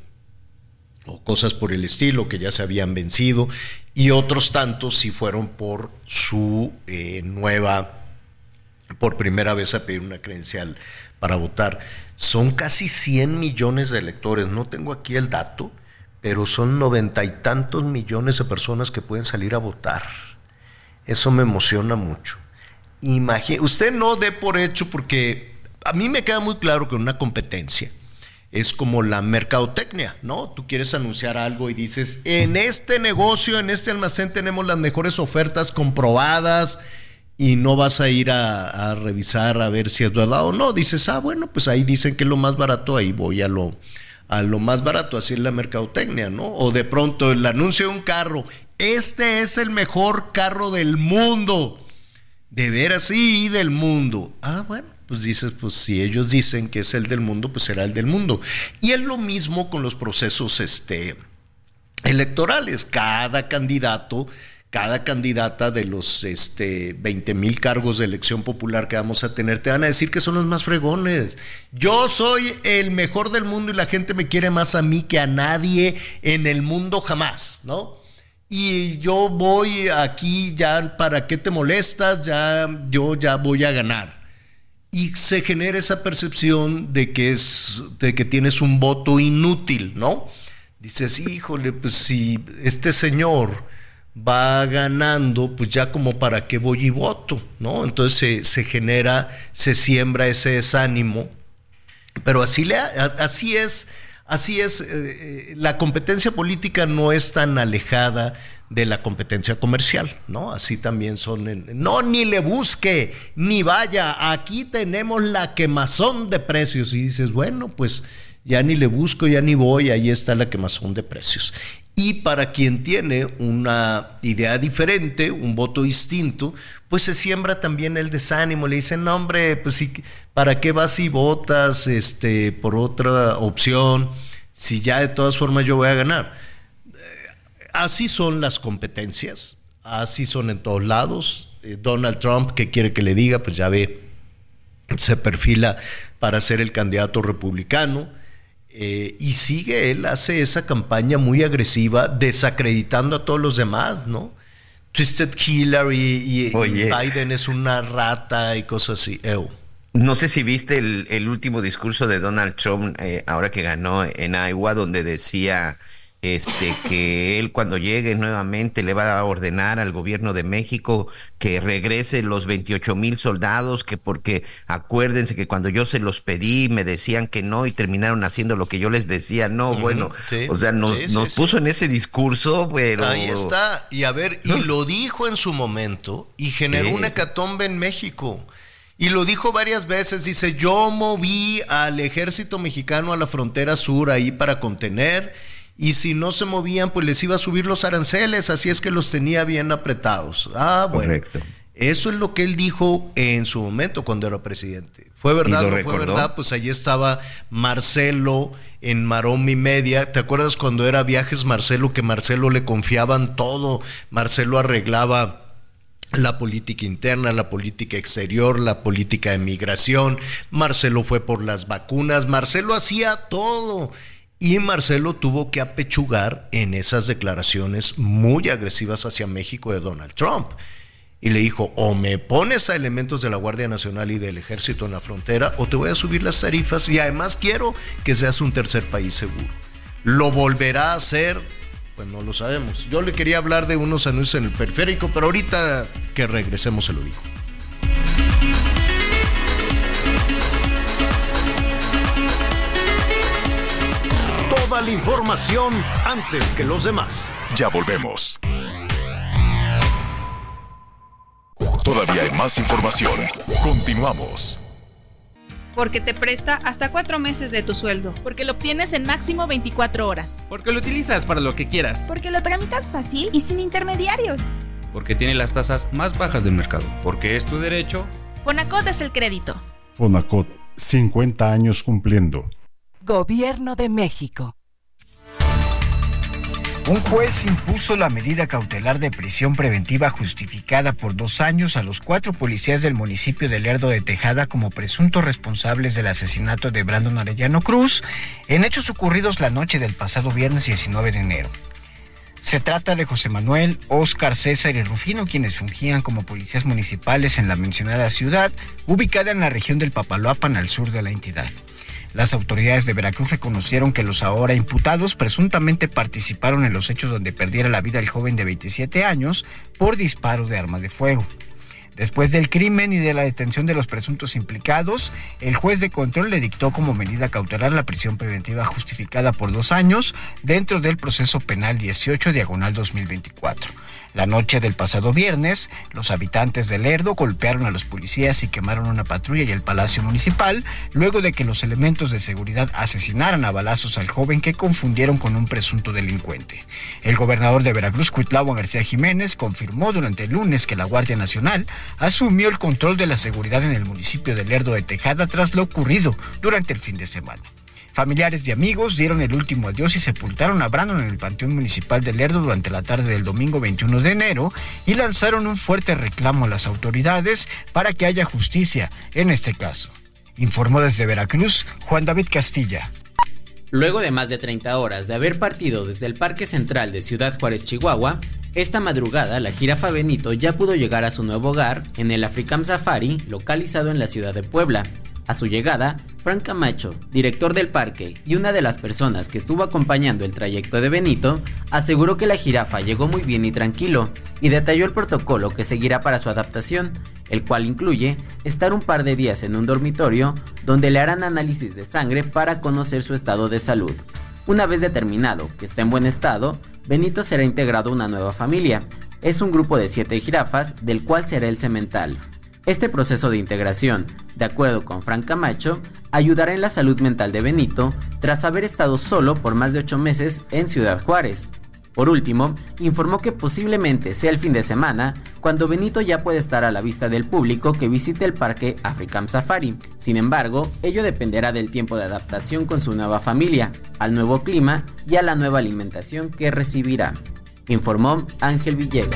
o cosas por el estilo que ya se habían vencido, y otros tantos sí fueron por su eh, nueva, por primera vez a pedir una credencial para votar. Son casi cien millones de electores, no tengo aquí el dato, pero son noventa y tantos millones de personas que pueden salir a votar. Eso me emociona mucho. Imagine, usted no dé por hecho, porque a mí me queda muy claro que una competencia es como la mercadotecnia, ¿no? Tú quieres anunciar algo y dices, en este negocio, en este almacén tenemos las mejores ofertas comprobadas, y no vas a ir a, a revisar a ver si es verdad o no. Dices, ah, bueno, pues ahí dicen que es lo más barato, ahí voy a lo... a lo más barato, así es la mercadotecnia, ¿no? O de pronto el anuncio de un carro, este es el mejor carro del mundo, de veras, sí, del mundo. Ah, bueno, pues dices, pues si ellos dicen que es el del mundo, pues será el del mundo. Y es lo mismo con los procesos este, electorales. Cada candidato, cada candidata de los este, veinte mil cargos de elección popular que vamos a tener, te van a decir que son los más fregones. Yo soy el mejor del mundo y la gente me quiere más a mí que a nadie en el mundo jamás, ¿no? Y yo voy aquí ya, ¿para qué te molestas? Ya, yo ya voy a ganar. Y se genera esa percepción de que, es, de que tienes un voto inútil, ¿no? Dices, híjole, pues si este señor va ganando, pues ya como para qué voy y voto, ¿no? Entonces se, se genera, se siembra ese desánimo, pero así, le, así es, así es, eh, la competencia política no es tan alejada de la competencia comercial, ¿no? Así también son, en, no, ni le busque, ni vaya, aquí tenemos la quemazón de precios, y dices, bueno, pues ya ni le busco, ya ni voy, ahí está la quemazón de precios. Y para quien tiene una idea diferente, un voto distinto, pues se siembra también el desánimo. Le dicen, no, hombre, pues sí, ¿para qué vas y votas este, por otra opción? Si ya de todas formas yo voy a ganar. Así son las competencias, así son en todos lados. Eh, Donald Trump, ¿qué quiere que le diga? Pues ya ve, se perfila para ser el candidato republicano. Eh, y sigue, él hace esa campaña muy agresiva, desacreditando a todos los demás, ¿no? Twisted Hillary y, y Biden es una rata y cosas así. Ew. No sé si viste el, el último discurso de Donald Trump, eh, ahora que ganó en Iowa, donde decía este que él cuando llegue nuevamente le va a ordenar al gobierno de México que regrese los veintiocho mil soldados, que porque acuérdense que cuando yo se los pedí me decían que no y terminaron haciendo lo que yo les decía no. Uh-huh. Bueno, sí, o sea, nos, sí, nos sí, puso sí. en ese discurso, pero... Ahí está, y a ver, y lo dijo en su momento y generó sí, una hecatombe en México. Y lo dijo varias veces, dice, yo moví al ejército mexicano a la frontera sur ahí para contener, y si no se movían, pues les iba a subir los aranceles, así es que los tenía bien apretados. Ah, bueno. Correcto. Eso es lo que él dijo en su momento cuando era presidente. ¿Fue verdad o no fue verdad? Pues allí estaba Marcelo en Maroma y Media. ¿Te acuerdas cuando era Viajes Marcelo, que Marcelo le confiaban todo? Marcelo arreglaba la política interna, la política exterior, la política de migración. Marcelo fue por las vacunas, Marcelo hacía todo. Y Marcelo tuvo que apechugar en esas declaraciones muy agresivas hacia México de Donald Trump. Y le dijo, o me pones a elementos de la Guardia Nacional y del Ejército en la frontera, o te voy a subir las tarifas, y además quiero que seas un tercer país seguro. ¿Lo volverá a hacer? Pues no lo sabemos. Yo le quería hablar de unos anuncios en el periférico, pero ahorita que regresemos se lo digo. Toda la información antes que los demás. Ya volvemos. Todavía hay más información. Continuamos. Porque te presta hasta cuatro meses de tu sueldo. Porque lo obtienes en máximo veinticuatro horas. Porque lo utilizas para lo que quieras. Porque lo tramitas fácil y sin intermediarios. Porque tiene las tasas más bajas del mercado. Porque es tu derecho. Fonacot es el crédito. Fonacot, cincuenta años cumpliendo. Gobierno de México. Un juez impuso la medida cautelar de prisión preventiva justificada por dos años a los cuatro policías del municipio de Lerdo de Tejada como presuntos responsables del asesinato de Brandon Arellano Cruz en hechos ocurridos la noche del pasado viernes diecinueve de enero. Se trata de José Manuel, Óscar, César y Rufino, quienes fungían como policías municipales en la mencionada ciudad, ubicada en la región del Papaloapan, al sur de la entidad. Las autoridades de Veracruz reconocieron que los ahora imputados presuntamente participaron en los hechos donde perdiera la vida el joven de veintisiete años por disparo de arma de fuego. Después del crimen y de la detención de los presuntos implicados, el juez de control le dictó como medida cautelar la prisión preventiva justificada por dos años dentro del proceso penal dieciocho diagonal dos mil veinticuatro. La noche del pasado viernes, los habitantes de Lerdo golpearon a los policías y quemaron una patrulla y el Palacio Municipal, luego de que los elementos de seguridad asesinaran a balazos al joven que confundieron con un presunto delincuente. El gobernador de Veracruz, Cuitlahua García Jiménez, confirmó durante el lunes que la Guardia Nacional asumió el control de la seguridad en el municipio de Lerdo de Tejada tras lo ocurrido durante el fin de semana. Familiares y amigos dieron el último adiós y sepultaron a Brandon en el Panteón Municipal de Lerdo durante la tarde del domingo veintiuno de enero y lanzaron un fuerte reclamo a las autoridades para que haya justicia en este caso. Informó desde Veracruz Juan David Castilla. Luego de más de treinta horas de haber partido desde el Parque Central de Ciudad Juárez, Chihuahua, esta madrugada la jirafa Benito ya pudo llegar a su nuevo hogar en el Africam Safari, localizado en la ciudad de Puebla. A su llegada, Frank Camacho, director del parque y una de las personas que estuvo acompañando el trayecto de Benito, aseguró que la jirafa llegó muy bien y tranquilo, y detalló el protocolo que seguirá para su adaptación, el cual incluye estar un par de días en un dormitorio donde le harán análisis de sangre para conocer su estado de salud. Una vez determinado que está en buen estado, Benito será integrado a una nueva familia. Es un grupo de siete jirafas, del cual será el semental. Este proceso de integración, de acuerdo con Frank Camacho, ayudará en la salud mental de Benito tras haber estado solo por más de ocho meses en Ciudad Juárez. Por último, informó que posiblemente sea el fin de semana cuando Benito ya puede estar a la vista del público que visite el parque Africam Safari. Sin embargo, ello dependerá del tiempo de adaptación con su nueva familia, al nuevo clima y a la nueva alimentación que recibirá. Informó Ángel Villegas.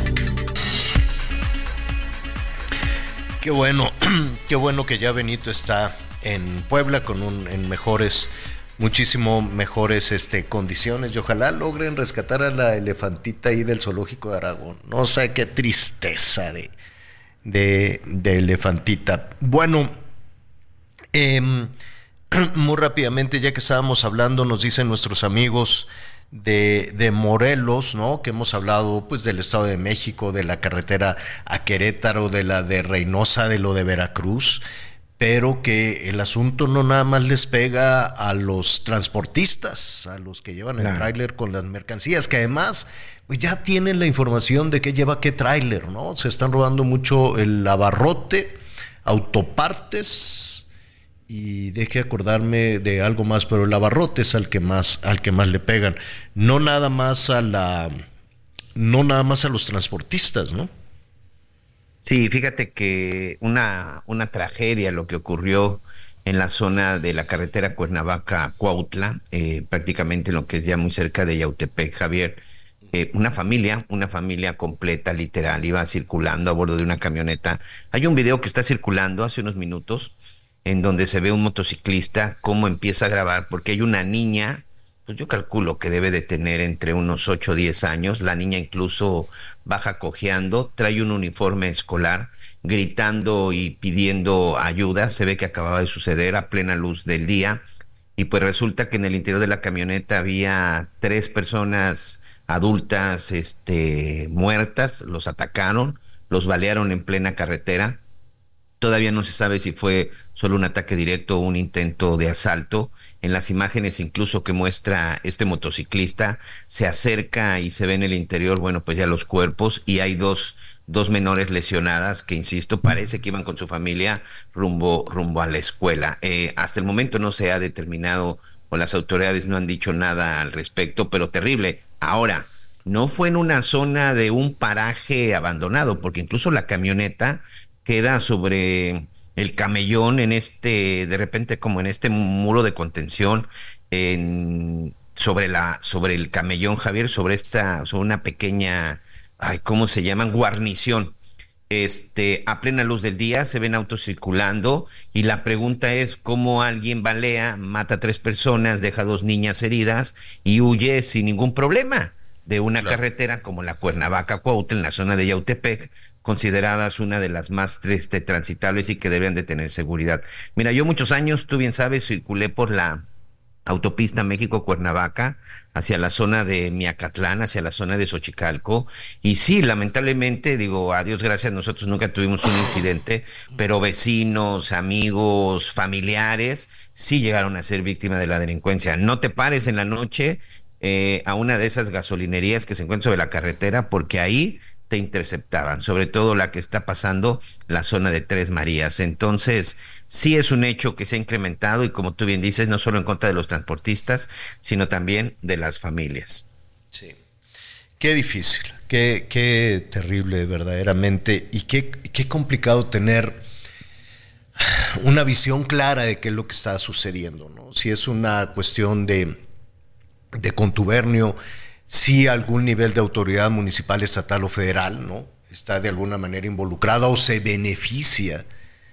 Qué bueno, qué bueno que ya Benito está en Puebla con un, en mejores, muchísimo mejores este, condiciones y ojalá logren rescatar a la elefantita ahí del zoológico de Aragón. No sé qué tristeza de, de, de elefantita. Bueno, Eh, muy rápidamente, ya que estábamos hablando, nos dicen nuestros amigos de, de Morelos, ¿no? Que hemos hablado pues del Estado de México, de la carretera a Querétaro, de la de Reynosa, de lo de Veracruz, pero que el asunto no nada más les pega a los transportistas, a los que llevan el claro. tráiler con las mercancías, que además pues ya tienen la información de qué lleva qué tráiler, ¿no? Se están robando mucho el abarrote, autopartes, y deje acordarme de algo más, pero el abarrote es al que más, al que más le pegan, no nada más a la, no nada más a los transportistas, ¿no? Sí, fíjate que una, una tragedia lo que ocurrió en la zona de la carretera Cuernavaca-Cuautla, eh, prácticamente en lo que es ya muy cerca de Yautepec, Javier. Eh, una familia, una familia completa, literal, iba circulando a bordo de una camioneta. Hay un video que está circulando hace unos minutos en donde se ve un motociclista cómo empieza a grabar, porque hay una niña, pues yo calculo que debe de tener entre unos ocho o diez años, la niña incluso baja cojeando, trae un uniforme escolar, gritando y pidiendo ayuda, se ve que acababa de suceder a plena luz del día, y pues resulta que en el interior de la camioneta había tres personas adultas este, muertas, los atacaron, los balearon en plena carretera. Todavía no se sabe si fue solo un ataque directo o un intento de asalto. En las imágenes incluso que muestra este motociclista, se acerca y se ve en el interior, bueno, pues ya los cuerpos, y hay dos, dos menores lesionadas que, insisto, parece que iban con su familia rumbo, rumbo a la escuela. Eh, hasta el momento no se ha determinado, o las autoridades no han dicho nada al respecto, pero terrible. Ahora, no fue en una zona de un paraje abandonado, porque incluso la camioneta queda sobre el camellón, en este, de repente como en este muro de contención, en, sobre la, sobre el camellón, Javier, sobre esta, sobre una pequeña, ay, ¿cómo se llaman? Guarnición. Este, a plena luz del día se ven autos circulando, y la pregunta es cómo alguien balea, mata a tres personas, deja dos niñas heridas y huye sin ningún problema de una claro. carretera como la Cuernavaca-Cuautla, en la zona de Yautepec, consideradas una de las más este, transitables y que deben de tener seguridad. Mira, yo muchos años, tú bien sabes, circulé por la autopista México-Cuernavaca hacia la zona de Miacatlán, hacia la zona de Xochicalco, y sí, lamentablemente, digo, a Dios gracias, nosotros nunca tuvimos un incidente, pero vecinos, amigos, familiares, sí llegaron a ser víctimas de la delincuencia. No te pares en la noche eh, a una de esas gasolinerías que se encuentran sobre la carretera, porque ahí te interceptaban, sobre todo la que está pasando la zona de Tres Marías. Entonces, sí es un hecho que se ha incrementado, y como tú bien dices, no solo en contra de los transportistas, sino también de las familias. Sí. Qué difícil, qué, qué terrible verdaderamente, y qué, qué complicado tener una visión clara de qué es lo que está sucediendo, ¿no? Si es una cuestión de, de contubernio, si algún nivel de autoridad municipal, estatal o federal, ¿no?, está de alguna manera involucrada o se beneficia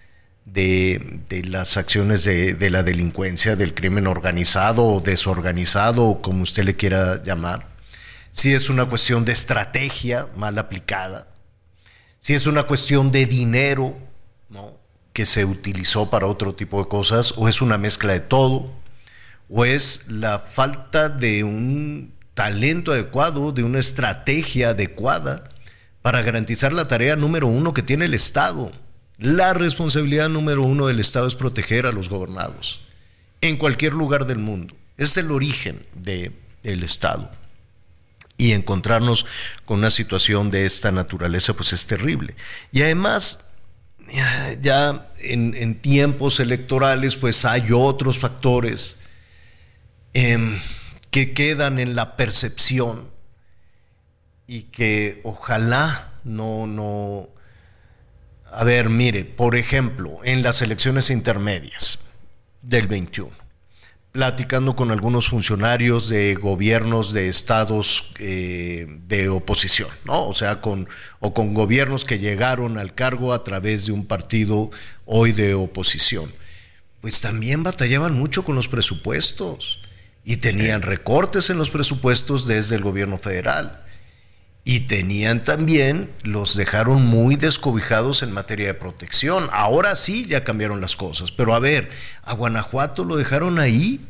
de, de las acciones de, de la delincuencia, del crimen organizado o desorganizado, o como usted le quiera llamar. Si es una cuestión de estrategia mal aplicada, si es una cuestión de dinero, ¿no?, que se utilizó para otro tipo de cosas, o es una mezcla de todo, o es la falta de un talento adecuado, de una estrategia adecuada para garantizar la tarea número uno que tiene el Estado. La responsabilidad número uno del Estado es proteger a los gobernados en cualquier lugar del mundo. Es el origen de, del Estado. Y encontrarnos con una situación de esta naturaleza, pues es terrible. Y además, ya en, en tiempos electorales, pues hay otros factores eh, que quedan en la percepción y que ojalá no, no... A ver, mire, por ejemplo, en las elecciones intermedias del veintiuno, platicando con algunos funcionarios de gobiernos de estados eh, de oposición, ¿no? O sea, con, o con gobiernos que llegaron al cargo a través de un partido hoy de oposición, pues también batallaban mucho con los presupuestos y tenían recortes en los presupuestos desde el gobierno federal. Y tenían también, los dejaron muy descobijados en materia de protección. Ahora sí ya cambiaron las cosas. Pero a ver, a Guanajuato lo dejaron ahí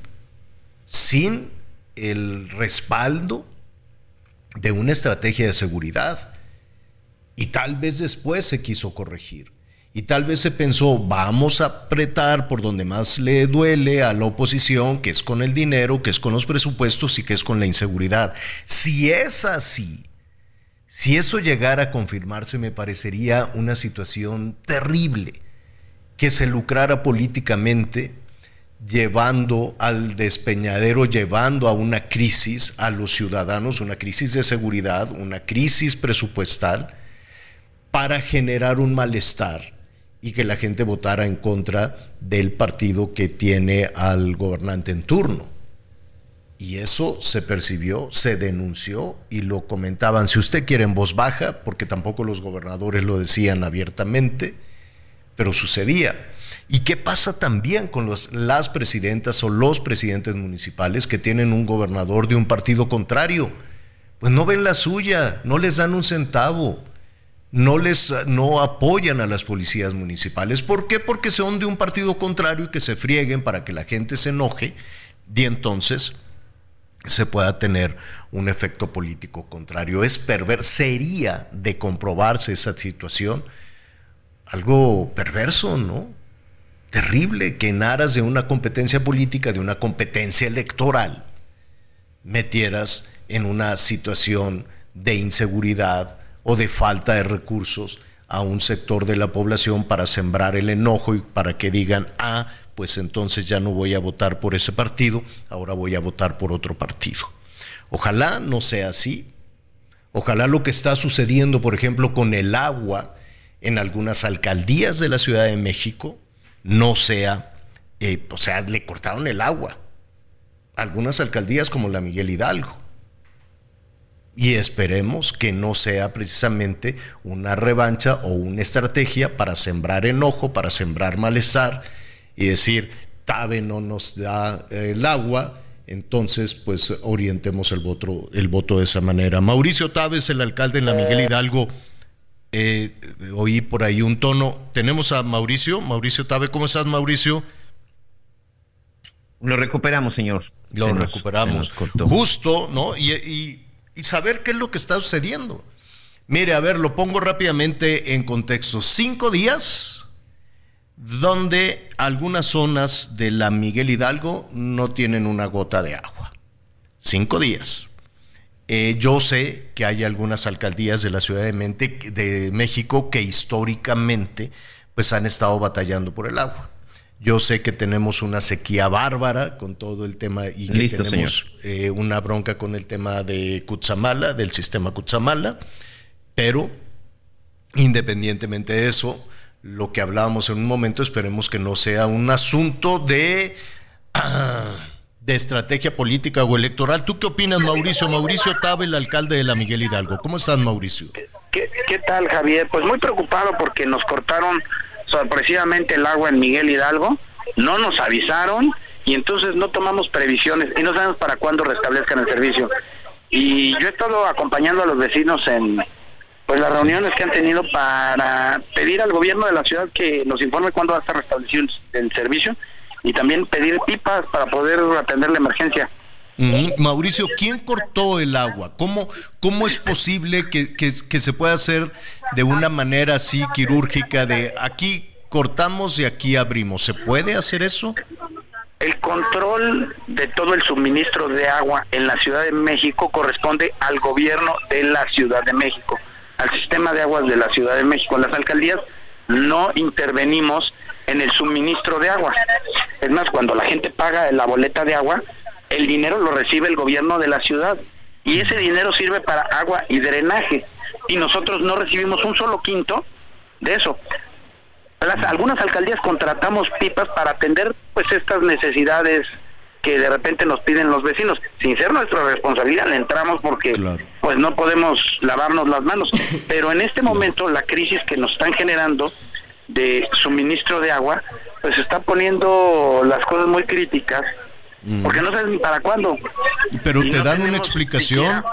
sin el respaldo de una estrategia de seguridad. Y tal vez después se quiso corregir. Y tal vez se pensó, vamos a apretar por donde más le duele a la oposición, que es con el dinero, que es con los presupuestos y que es con la inseguridad. Si es así, si eso llegara a confirmarse, me parecería una situación terrible, que se lucrara políticamente llevando al despeñadero, llevando a una crisis a los ciudadanos, una crisis de seguridad, una crisis presupuestal, para generar un malestar y que la gente votara en contra del partido que tiene al gobernante en turno. Y eso se percibió, se denunció y lo comentaban, si usted quiere en voz baja, porque tampoco los gobernadores lo decían abiertamente, pero sucedía. ¿Y qué pasa también con los, las presidentas o los presidentes municipales que tienen un gobernador de un partido contrario? Pues no ven la suya, no les dan un centavo. No les no apoyan a las policías municipales. ¿Por qué? Porque son de un partido contrario y que se frieguen para que la gente se enoje y entonces se pueda tener un efecto político contrario. Es perverso, sería de comprobarse esa situación algo perverso, ¿no? Terrible que en aras de una competencia política, de una competencia electoral, metieras en una situación de inseguridad o de falta de recursos a un sector de la población para sembrar el enojo y para que digan, ah, pues entonces ya no voy a votar por ese partido, ahora voy a votar por otro partido. Ojalá no sea así. Ojalá lo que está sucediendo, por ejemplo, con el agua en algunas alcaldías de la Ciudad de México, no sea, eh, o sea, le cortaron el agua a algunas alcaldías como la Miguel Hidalgo. Y esperemos que no sea precisamente una revancha o una estrategia para sembrar enojo, para sembrar malestar y decir, Tabe no nos da el agua, entonces pues orientemos el voto, el voto de esa manera. Mauricio Tabe es el alcalde en la Miguel Hidalgo. Eh, oí por ahí un tono. Tenemos a Mauricio, Mauricio Tabe. ¿Cómo estás, Mauricio? Lo recuperamos, señor. Lo se recuperamos. Nos, Justo, ¿no? Y, y y saber qué es lo que está sucediendo. Mire, a ver, lo pongo rápidamente en contexto. Cinco días donde algunas zonas de la Miguel Hidalgo no tienen una gota de agua. Cinco días. Eh, yo sé que hay algunas alcaldías de la Ciudad de, Mente, de México que históricamente pues han estado batallando por el agua. Yo sé que tenemos una sequía bárbara con todo el tema y que Listo, tenemos eh, una bronca con el tema de Cutzamala, del sistema Cutzamala, pero independientemente de eso, lo que hablábamos en un momento, esperemos que no sea un asunto de, ah, de estrategia política o electoral. ¿Tú qué opinas, Mauricio? Mauricio Tabe, el alcalde de la Miguel Hidalgo. ¿Cómo estás, Mauricio? ¿Qué, qué tal, Javier? Pues muy preocupado porque nos cortaron sorpresivamente el agua en Miguel Hidalgo, no nos avisaron y entonces no tomamos previsiones y no sabemos para cuándo restablezcan el servicio. Y yo he estado acompañando a los vecinos en pues las reuniones que han tenido para pedir al gobierno de la ciudad que nos informe cuándo va a estar restablecido el, el servicio y también pedir pipas para poder atender la emergencia. Uh-huh. Mauricio, ¿quién cortó el agua? ¿Cómo, cómo es posible que, que, que se pueda hacer de una manera así quirúrgica de aquí cortamos y aquí abrimos? ¿Se puede hacer eso? El control de todo el suministro de agua en la Ciudad de México corresponde al gobierno de la Ciudad de México, al sistema de aguas de la Ciudad de México. Las alcaldías no intervenimos en el suministro de agua. Es más, cuando la gente paga la boleta de agua, el dinero lo recibe el gobierno de la ciudad y ese dinero sirve para agua y drenaje y nosotros no recibimos un solo quinto de eso. Las, algunas alcaldías contratamos pipas para atender pues estas necesidades que de repente nos piden los vecinos. Sin ser nuestra responsabilidad, le entramos porque claro, pues no podemos lavarnos las manos. Pero en este momento la crisis que nos están generando de suministro de agua pues está poniendo las cosas muy críticas. Porque no sabes ni para cuándo. Pero y te no dan una explicación, siquiera...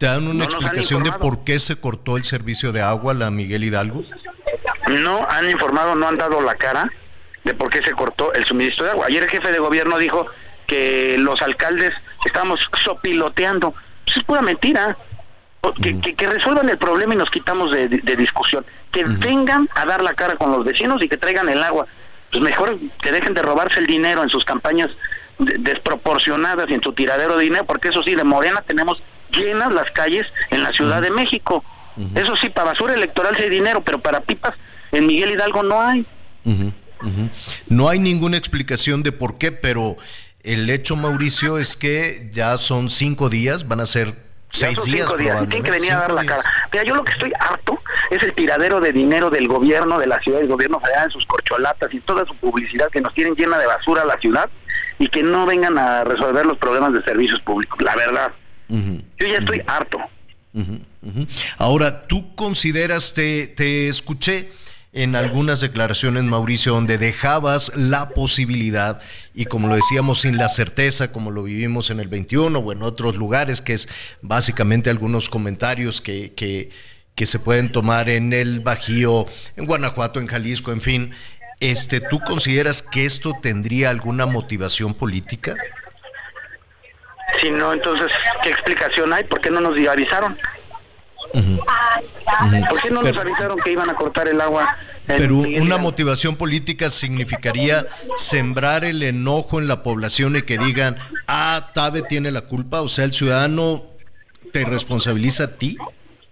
¿Te dan una No nos explicación han de informado. por qué se cortó el servicio de agua a la Miguel Hidalgo? No han informado, no han dado la cara de por qué se cortó el suministro de agua. Ayer el jefe de gobierno dijo que los alcaldes estamos sopiloteando. Pues es pura mentira. O que, uh-huh. que, que resuelvan el problema y nos quitamos de, de, de discusión. Que uh-huh. vengan a dar la cara con los vecinos y que traigan el agua. Pues mejor que dejen de robarse el dinero en sus campañas de, desproporcionadas y en su tiradero de dinero, porque eso sí, de Morena tenemos llenas las calles en la Ciudad uh-huh. de México. Uh-huh. Eso sí, para basura electoral sí hay dinero, pero para pipas en Miguel Hidalgo no hay. Uh-huh. Uh-huh. No hay ninguna explicación de por qué, pero el hecho, Mauricio, es que ya son cinco días, van a ser seis ya son días. Cinco días, y tienen que venir a dar la cara. Mira, yo lo que estoy harto es el tiradero de dinero del gobierno, de la ciudad, del gobierno federal, en sus corcholatas y toda su publicidad que nos tienen llena de basura a la ciudad y que no vengan a resolver los problemas de servicios públicos, la verdad. Uh-huh. Yo ya estoy uh-huh. harto. Uh-huh. Uh-huh. Ahora, ¿tú consideras, te, te escuché en algunas declaraciones, Mauricio, donde dejabas la posibilidad, y como lo decíamos, sin la certeza, como lo vivimos en el veintiuno o en otros lugares, que es básicamente algunos comentarios que, que, que se pueden tomar en el Bajío, en Guanajuato, en Jalisco, en fin, este, ¿tú consideras que esto tendría alguna motivación política? Si no, entonces, ¿qué explicación hay? ¿Por qué no nos avisaron? Uh-huh. Uh-huh. ¿Por qué no pero, nos avisaron que iban a cortar el agua? Pero una motivación política significaría sembrar el enojo en la población y que digan, ah, Tabe tiene la culpa, o sea, el ciudadano te responsabiliza a ti.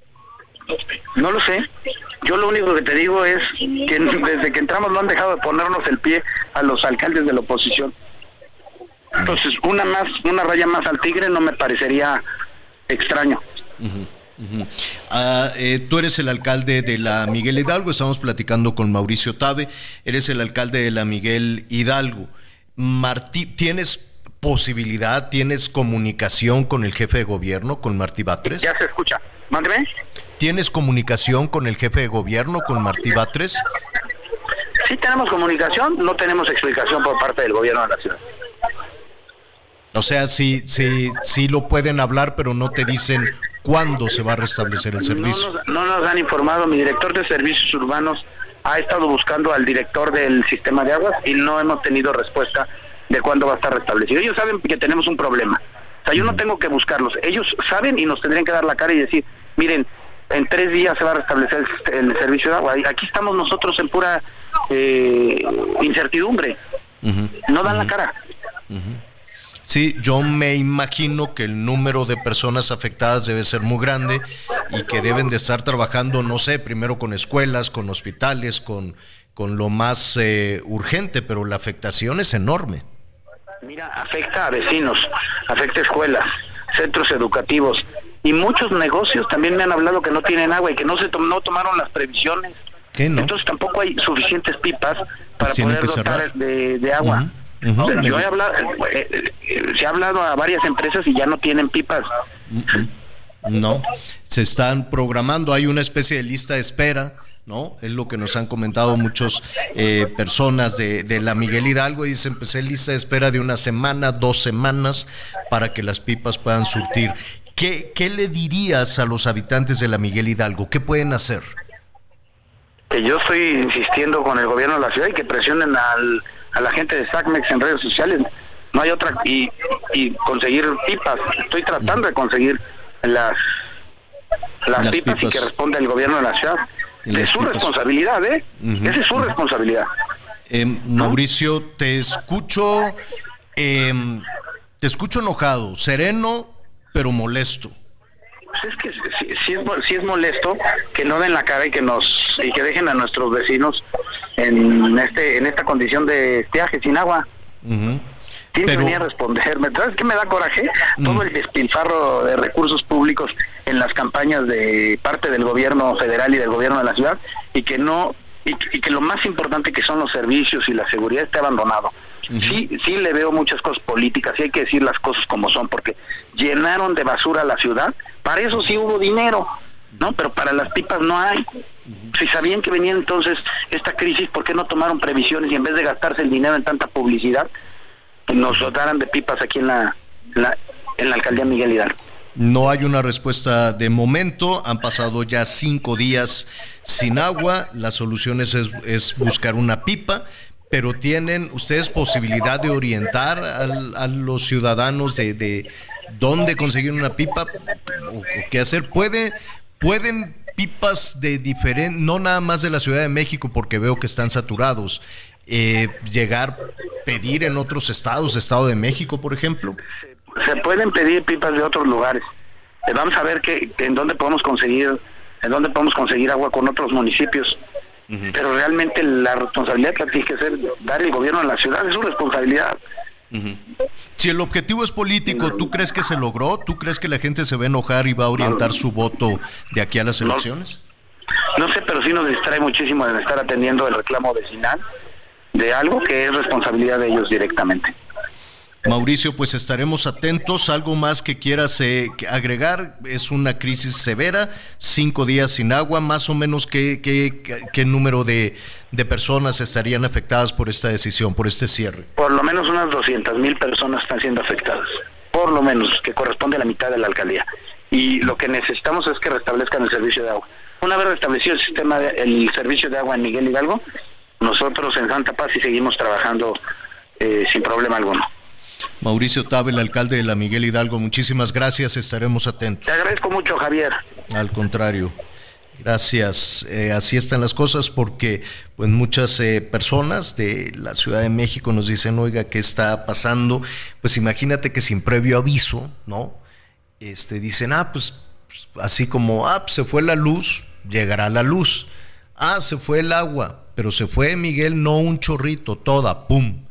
No lo sé. Yo lo único que te digo es que desde que entramos no han dejado de ponernos el pie a los alcaldes de la oposición. Entonces, una más, una raya más al tigre no me parecería extraño. Uh-huh. Uh-huh. Uh, eh, tú eres el alcalde de la Miguel Hidalgo, estamos platicando con Mauricio Tabe, eres el alcalde de la Miguel Hidalgo. Martí, ¿tienes posibilidad, tienes comunicación con el jefe de gobierno, con Martí Batres? Ya se escucha, mándeme. ¿Tienes comunicación con el jefe de gobierno, con Martí Batres? Sí tenemos comunicación, no tenemos explicación por parte del gobierno de la ciudad. O sea, sí, sí, sí lo pueden hablar, pero no te dicen cuándo se va a restablecer el servicio. No nos, no nos han informado. Mi director de servicios urbanos ha estado buscando al director del sistema de aguas y no hemos tenido respuesta de cuándo va a estar restablecido. Ellos saben que tenemos un problema. O sea, yo no tengo que buscarlos. Ellos saben y nos tendrían que dar la cara y decir, miren, en tres días se va a restablecer el, el servicio de agua. Aquí estamos nosotros en pura eh, incertidumbre. Uh-huh. No dan uh-huh. la cara. Uh-huh. Sí, yo me imagino que el número de personas afectadas debe ser muy grande y que deben de estar trabajando, no sé, primero con escuelas, con hospitales, con, con lo más eh, urgente, pero la afectación es enorme. Mira, afecta a vecinos, afecta a escuelas, centros educativos y muchos negocios también me han hablado que no tienen agua y que no se to- no tomaron las previsiones. ¿Qué no? Entonces tampoco hay suficientes pipas para Tienen poder dotar de, de agua. Uh-huh. Uh-huh. Yo he hablado, eh, eh, se ha hablado a varias empresas y ya no tienen pipas. Uh-huh. No, se están programando, hay una especie de lista de espera, ¿no? Es lo que nos han comentado muchas eh, personas de, de la Miguel Hidalgo, y dicen, pues es lista de espera de una semana, dos semanas, para que las pipas puedan surtir. ¿Qué, qué le dirías a los habitantes de la Miguel Hidalgo? ¿Qué pueden hacer? Que yo estoy insistiendo con el gobierno de la ciudad y que presionen al a la gente de SACMEX en redes sociales, no hay otra, y, y conseguir pipas. Estoy tratando de conseguir las las, las pipas, pipas y que responda el gobierno de la ciudad. Es su pipas. responsabilidad, ¿eh? Uh-huh. Esa es su responsabilidad. Eh, Mauricio, te escucho, eh, te escucho enojado, sereno, pero molesto. Pues es que sí, sí, es, sí es molesto que no den la cara y que nos y que dejen a nuestros vecinos en este en esta condición de estiaje sin agua. Uh-huh. Tienen Pero... que venir a responderme. ¿Sabes qué me da coraje? Uh-huh. Todo el despilfarro de recursos públicos en las campañas de parte del gobierno federal y del gobierno de la ciudad, y que no y, y que lo más importante, que son los servicios y la seguridad, esté abandonado. Uh-huh. Sí, sí le veo muchas cosas políticas, y hay que decir las cosas como son, porque llenaron de basura la ciudad. Para eso sí hubo dinero, ¿no? Pero para las pipas no hay. Uh-huh. Si sabían que venía entonces esta crisis, ¿por qué no tomaron previsiones y en vez de gastarse el dinero en tanta publicidad, nos dotaran de pipas aquí en la, la en la alcaldía Miguel Hidalgo? No hay una respuesta de momento, han pasado ya cinco días sin agua, la solución es, es buscar una pipa, pero ¿tienen ustedes posibilidad de orientar al, a los ciudadanos de, de dónde conseguir una pipa o, o qué hacer? ¿Puede, ¿Pueden pipas de diferente, no nada más de la Ciudad de México porque veo que están saturados, eh, llegar, pedir en otros estados, Estado de México, por ejemplo? Se pueden pedir pipas de otros lugares. Eh, vamos a ver que, en dónde podemos conseguir, en dónde podemos conseguir agua con otros municipios. Uh-huh. Pero realmente la responsabilidad que tiene que ser dar el gobierno a la ciudad es su responsabilidad. Uh-huh. Si el objetivo es político, ¿tú crees que se logró? ¿Tú crees que la gente se va a enojar y va a orientar no, su voto de aquí a las elecciones? No, no sé, pero sí nos distrae muchísimo de estar atendiendo el reclamo vecinal de algo que es responsabilidad de ellos directamente. Mauricio, pues estaremos atentos. ¿Algo más que quieras eh, agregar? Es una crisis severa, cinco días sin agua, más o menos qué, qué, qué número de, de personas estarían afectadas por esta decisión, por este cierre. Por lo menos unas doscientas mil personas están siendo afectadas, por lo menos, que corresponde a la mitad de la alcaldía. Y lo que necesitamos es que restablezcan el servicio de agua. Una vez restablecido el sistema, de, el servicio de agua en Miguel Hidalgo, nosotros en Santa Paz sí seguimos trabajando eh, sin problema alguno. Mauricio Tabe, el alcalde de la Miguel Hidalgo, muchísimas gracias, estaremos atentos. Te agradezco mucho, Javier. Al contrario, gracias. Eh, así están las cosas porque pues muchas eh, personas de la Ciudad de México nos dicen, oiga, ¿qué está pasando? Pues imagínate que sin previo aviso, ¿no? Este, dicen, ah, pues, pues así como, ah, pues, se fue la luz, llegará la luz. Ah, se fue el agua, pero se fue, Miguel, no un chorrito, toda, pum.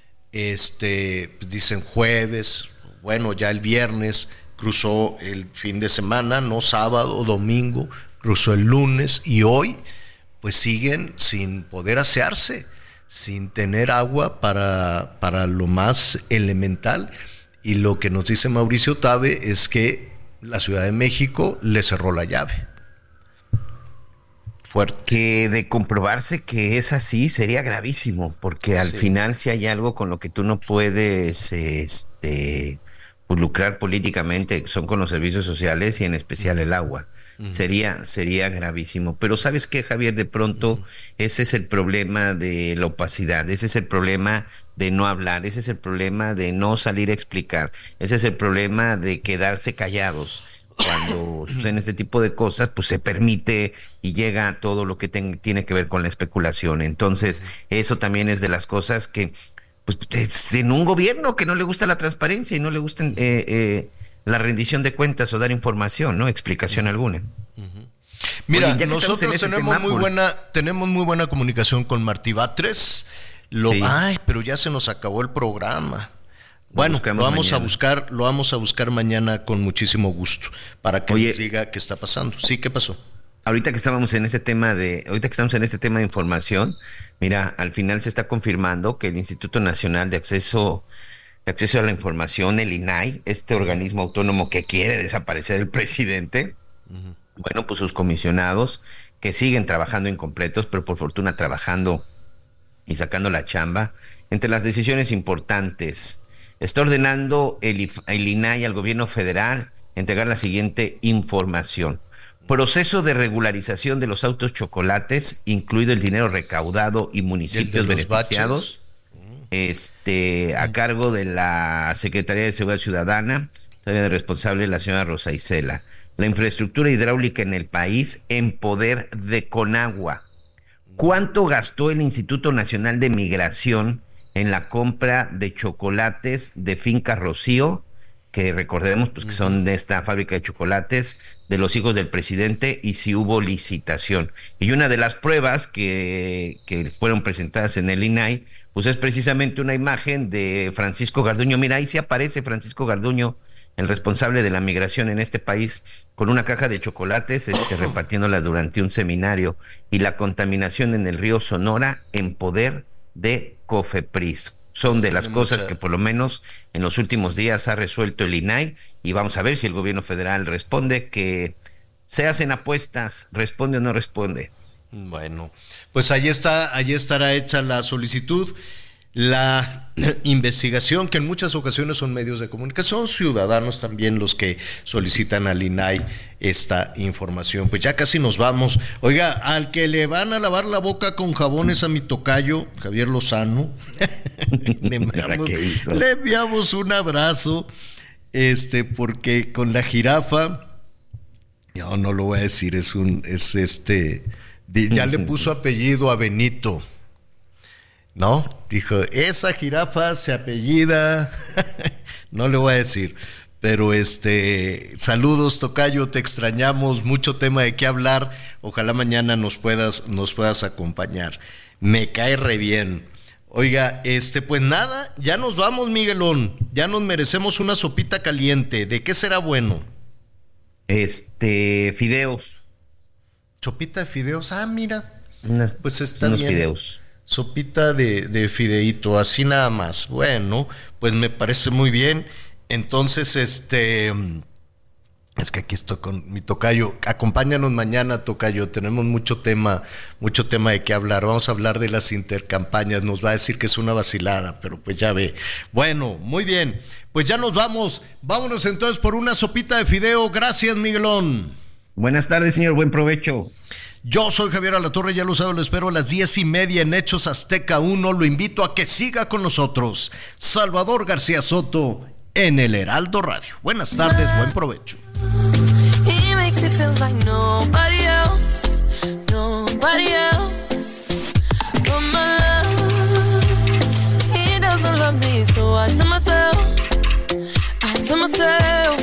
Este, pues dicen jueves, bueno, ya el viernes cruzó el fin de semana, no sábado, domingo, cruzó el lunes y hoy pues siguen sin poder asearse, sin tener agua para, para lo más elemental. Y lo que nos dice Mauricio Tabe es que la Ciudad de México le cerró la llave. Fuerte. Que de comprobarse que es así sería gravísimo, porque al sí. final si hay algo con lo que tú no puedes este, pues, lucrar políticamente, son con los servicios sociales y en especial el agua. Uh-huh. Sería, sería gravísimo. Pero ¿sabes qué, Javier? De pronto uh-huh. ese es el problema de la opacidad, ese es el problema de no hablar, ese es el problema de no salir a explicar, ese es el problema de quedarse callados. Cuando suceden este tipo de cosas, pues se permite y llega todo lo que ten, tiene que ver con la especulación. Entonces, eso también es de las cosas que, pues, en un gobierno que no le gusta la transparencia y no le gusta eh, eh, la rendición de cuentas o dar información, ¿no? Explicación alguna. Uh-huh. Mira, Oye, nosotros tenemos muy buena, tenemos muy buena comunicación con Martí Batres. Lo, sí. Ay, pero ya se nos acabó el programa. Bueno, lo vamos mañana. a buscar, lo vamos a buscar mañana con muchísimo gusto para que Oye, nos diga qué está pasando. Sí, ¿qué pasó? Ahorita que estábamos en este tema de, ahorita que estamos en este tema de información, mira, al final se está confirmando que el Instituto Nacional de Acceso, de Acceso a la Información, el I N A I, este organismo autónomo que quiere desaparecer el presidente, uh-huh. bueno, pues sus comisionados que siguen trabajando incompletos, pero por fortuna trabajando y sacando la chamba, entre las decisiones importantes. Está ordenando el, el I N A I al gobierno federal entregar la siguiente información. Proceso de regularización de los autos chocolates, incluido el dinero recaudado y municipios beneficiados, este, a cargo de la Secretaría de Seguridad Ciudadana, todavía de responsable la señora Rosa Isela. La infraestructura hidráulica en el país en poder de Conagua. ¿Cuánto gastó el Instituto Nacional de Migración en la compra de chocolates de Finca Rocío, que recordemos pues que son de esta fábrica de chocolates de los hijos del presidente, y si hubo licitación? Y una de las pruebas que, que fueron presentadas en el I N A I, pues es precisamente una imagen de Francisco Garduño. Mira, ahí sí aparece Francisco Garduño, el responsable de la migración en este país, con una caja de chocolates este, repartiéndola durante un seminario, y la contaminación en el río Sonora en poder de Cofepris. Son de las cosas que por lo menos en los últimos días ha resuelto el I N A I, y vamos a ver si el gobierno federal responde, que se hacen apuestas, responde o no responde. Bueno, pues ahí está, ahí estará hecha la solicitud. la investigación, que en muchas ocasiones son medios de comunicación, ciudadanos también los que solicitan al I N A I esta información. Pues ya casi nos vamos. Oiga, al que le van a lavar la boca con jabones a mi tocayo, Javier Lozano, le, enviamos, le enviamos un abrazo, este, porque con la jirafa, no, no lo voy a decir, es un, es este, ya le puso apellido a Benito. ¿No? Dijo, esa jirafa se apellida, no le voy a decir, pero este, saludos tocayo, te extrañamos, mucho tema de qué hablar, ojalá mañana nos puedas, nos puedas acompañar, me cae re bien. Oiga, este, pues nada, ya nos vamos, Miguelón, ya nos merecemos una sopita caliente, ¿de qué será bueno? Este, fideos. Sopita de fideos, ah, mira, Unas, pues está unos bien. fideos. Sopita de, de fideíto, así nada más. Bueno, pues me parece muy bien. Entonces, este, es que aquí estoy con mi tocayo. Acompáñanos mañana, tocayo. Tenemos mucho tema, mucho tema de qué hablar. Vamos a hablar de las intercampañas. Nos va a decir que es una vacilada, pero pues ya ve. Bueno, muy bien. Pues ya nos vamos. Vámonos entonces por una sopita de fideo. Gracias, Miguelón. Buenas tardes, señor. Buen provecho. Yo soy Javier Alatorre, ya lo sabe, lo espero a las diez y media en Hechos Azteca uno. Lo invito a que siga con nosotros. Salvador García Soto en el Heraldo Radio. Buenas tardes, buen provecho. He makes it feel like nobody else, nobody else. But my love, he doesn't love me, so I tell myself, I tell myself.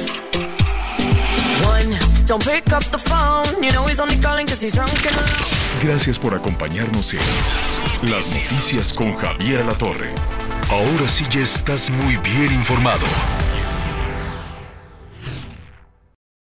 One, don't pick up the phone, you know he's only calling because he's drunk and alone. Gracias por acompañarnos en Las Noticias con Javier Alatorre. Ahora sí ya estás muy bien informado.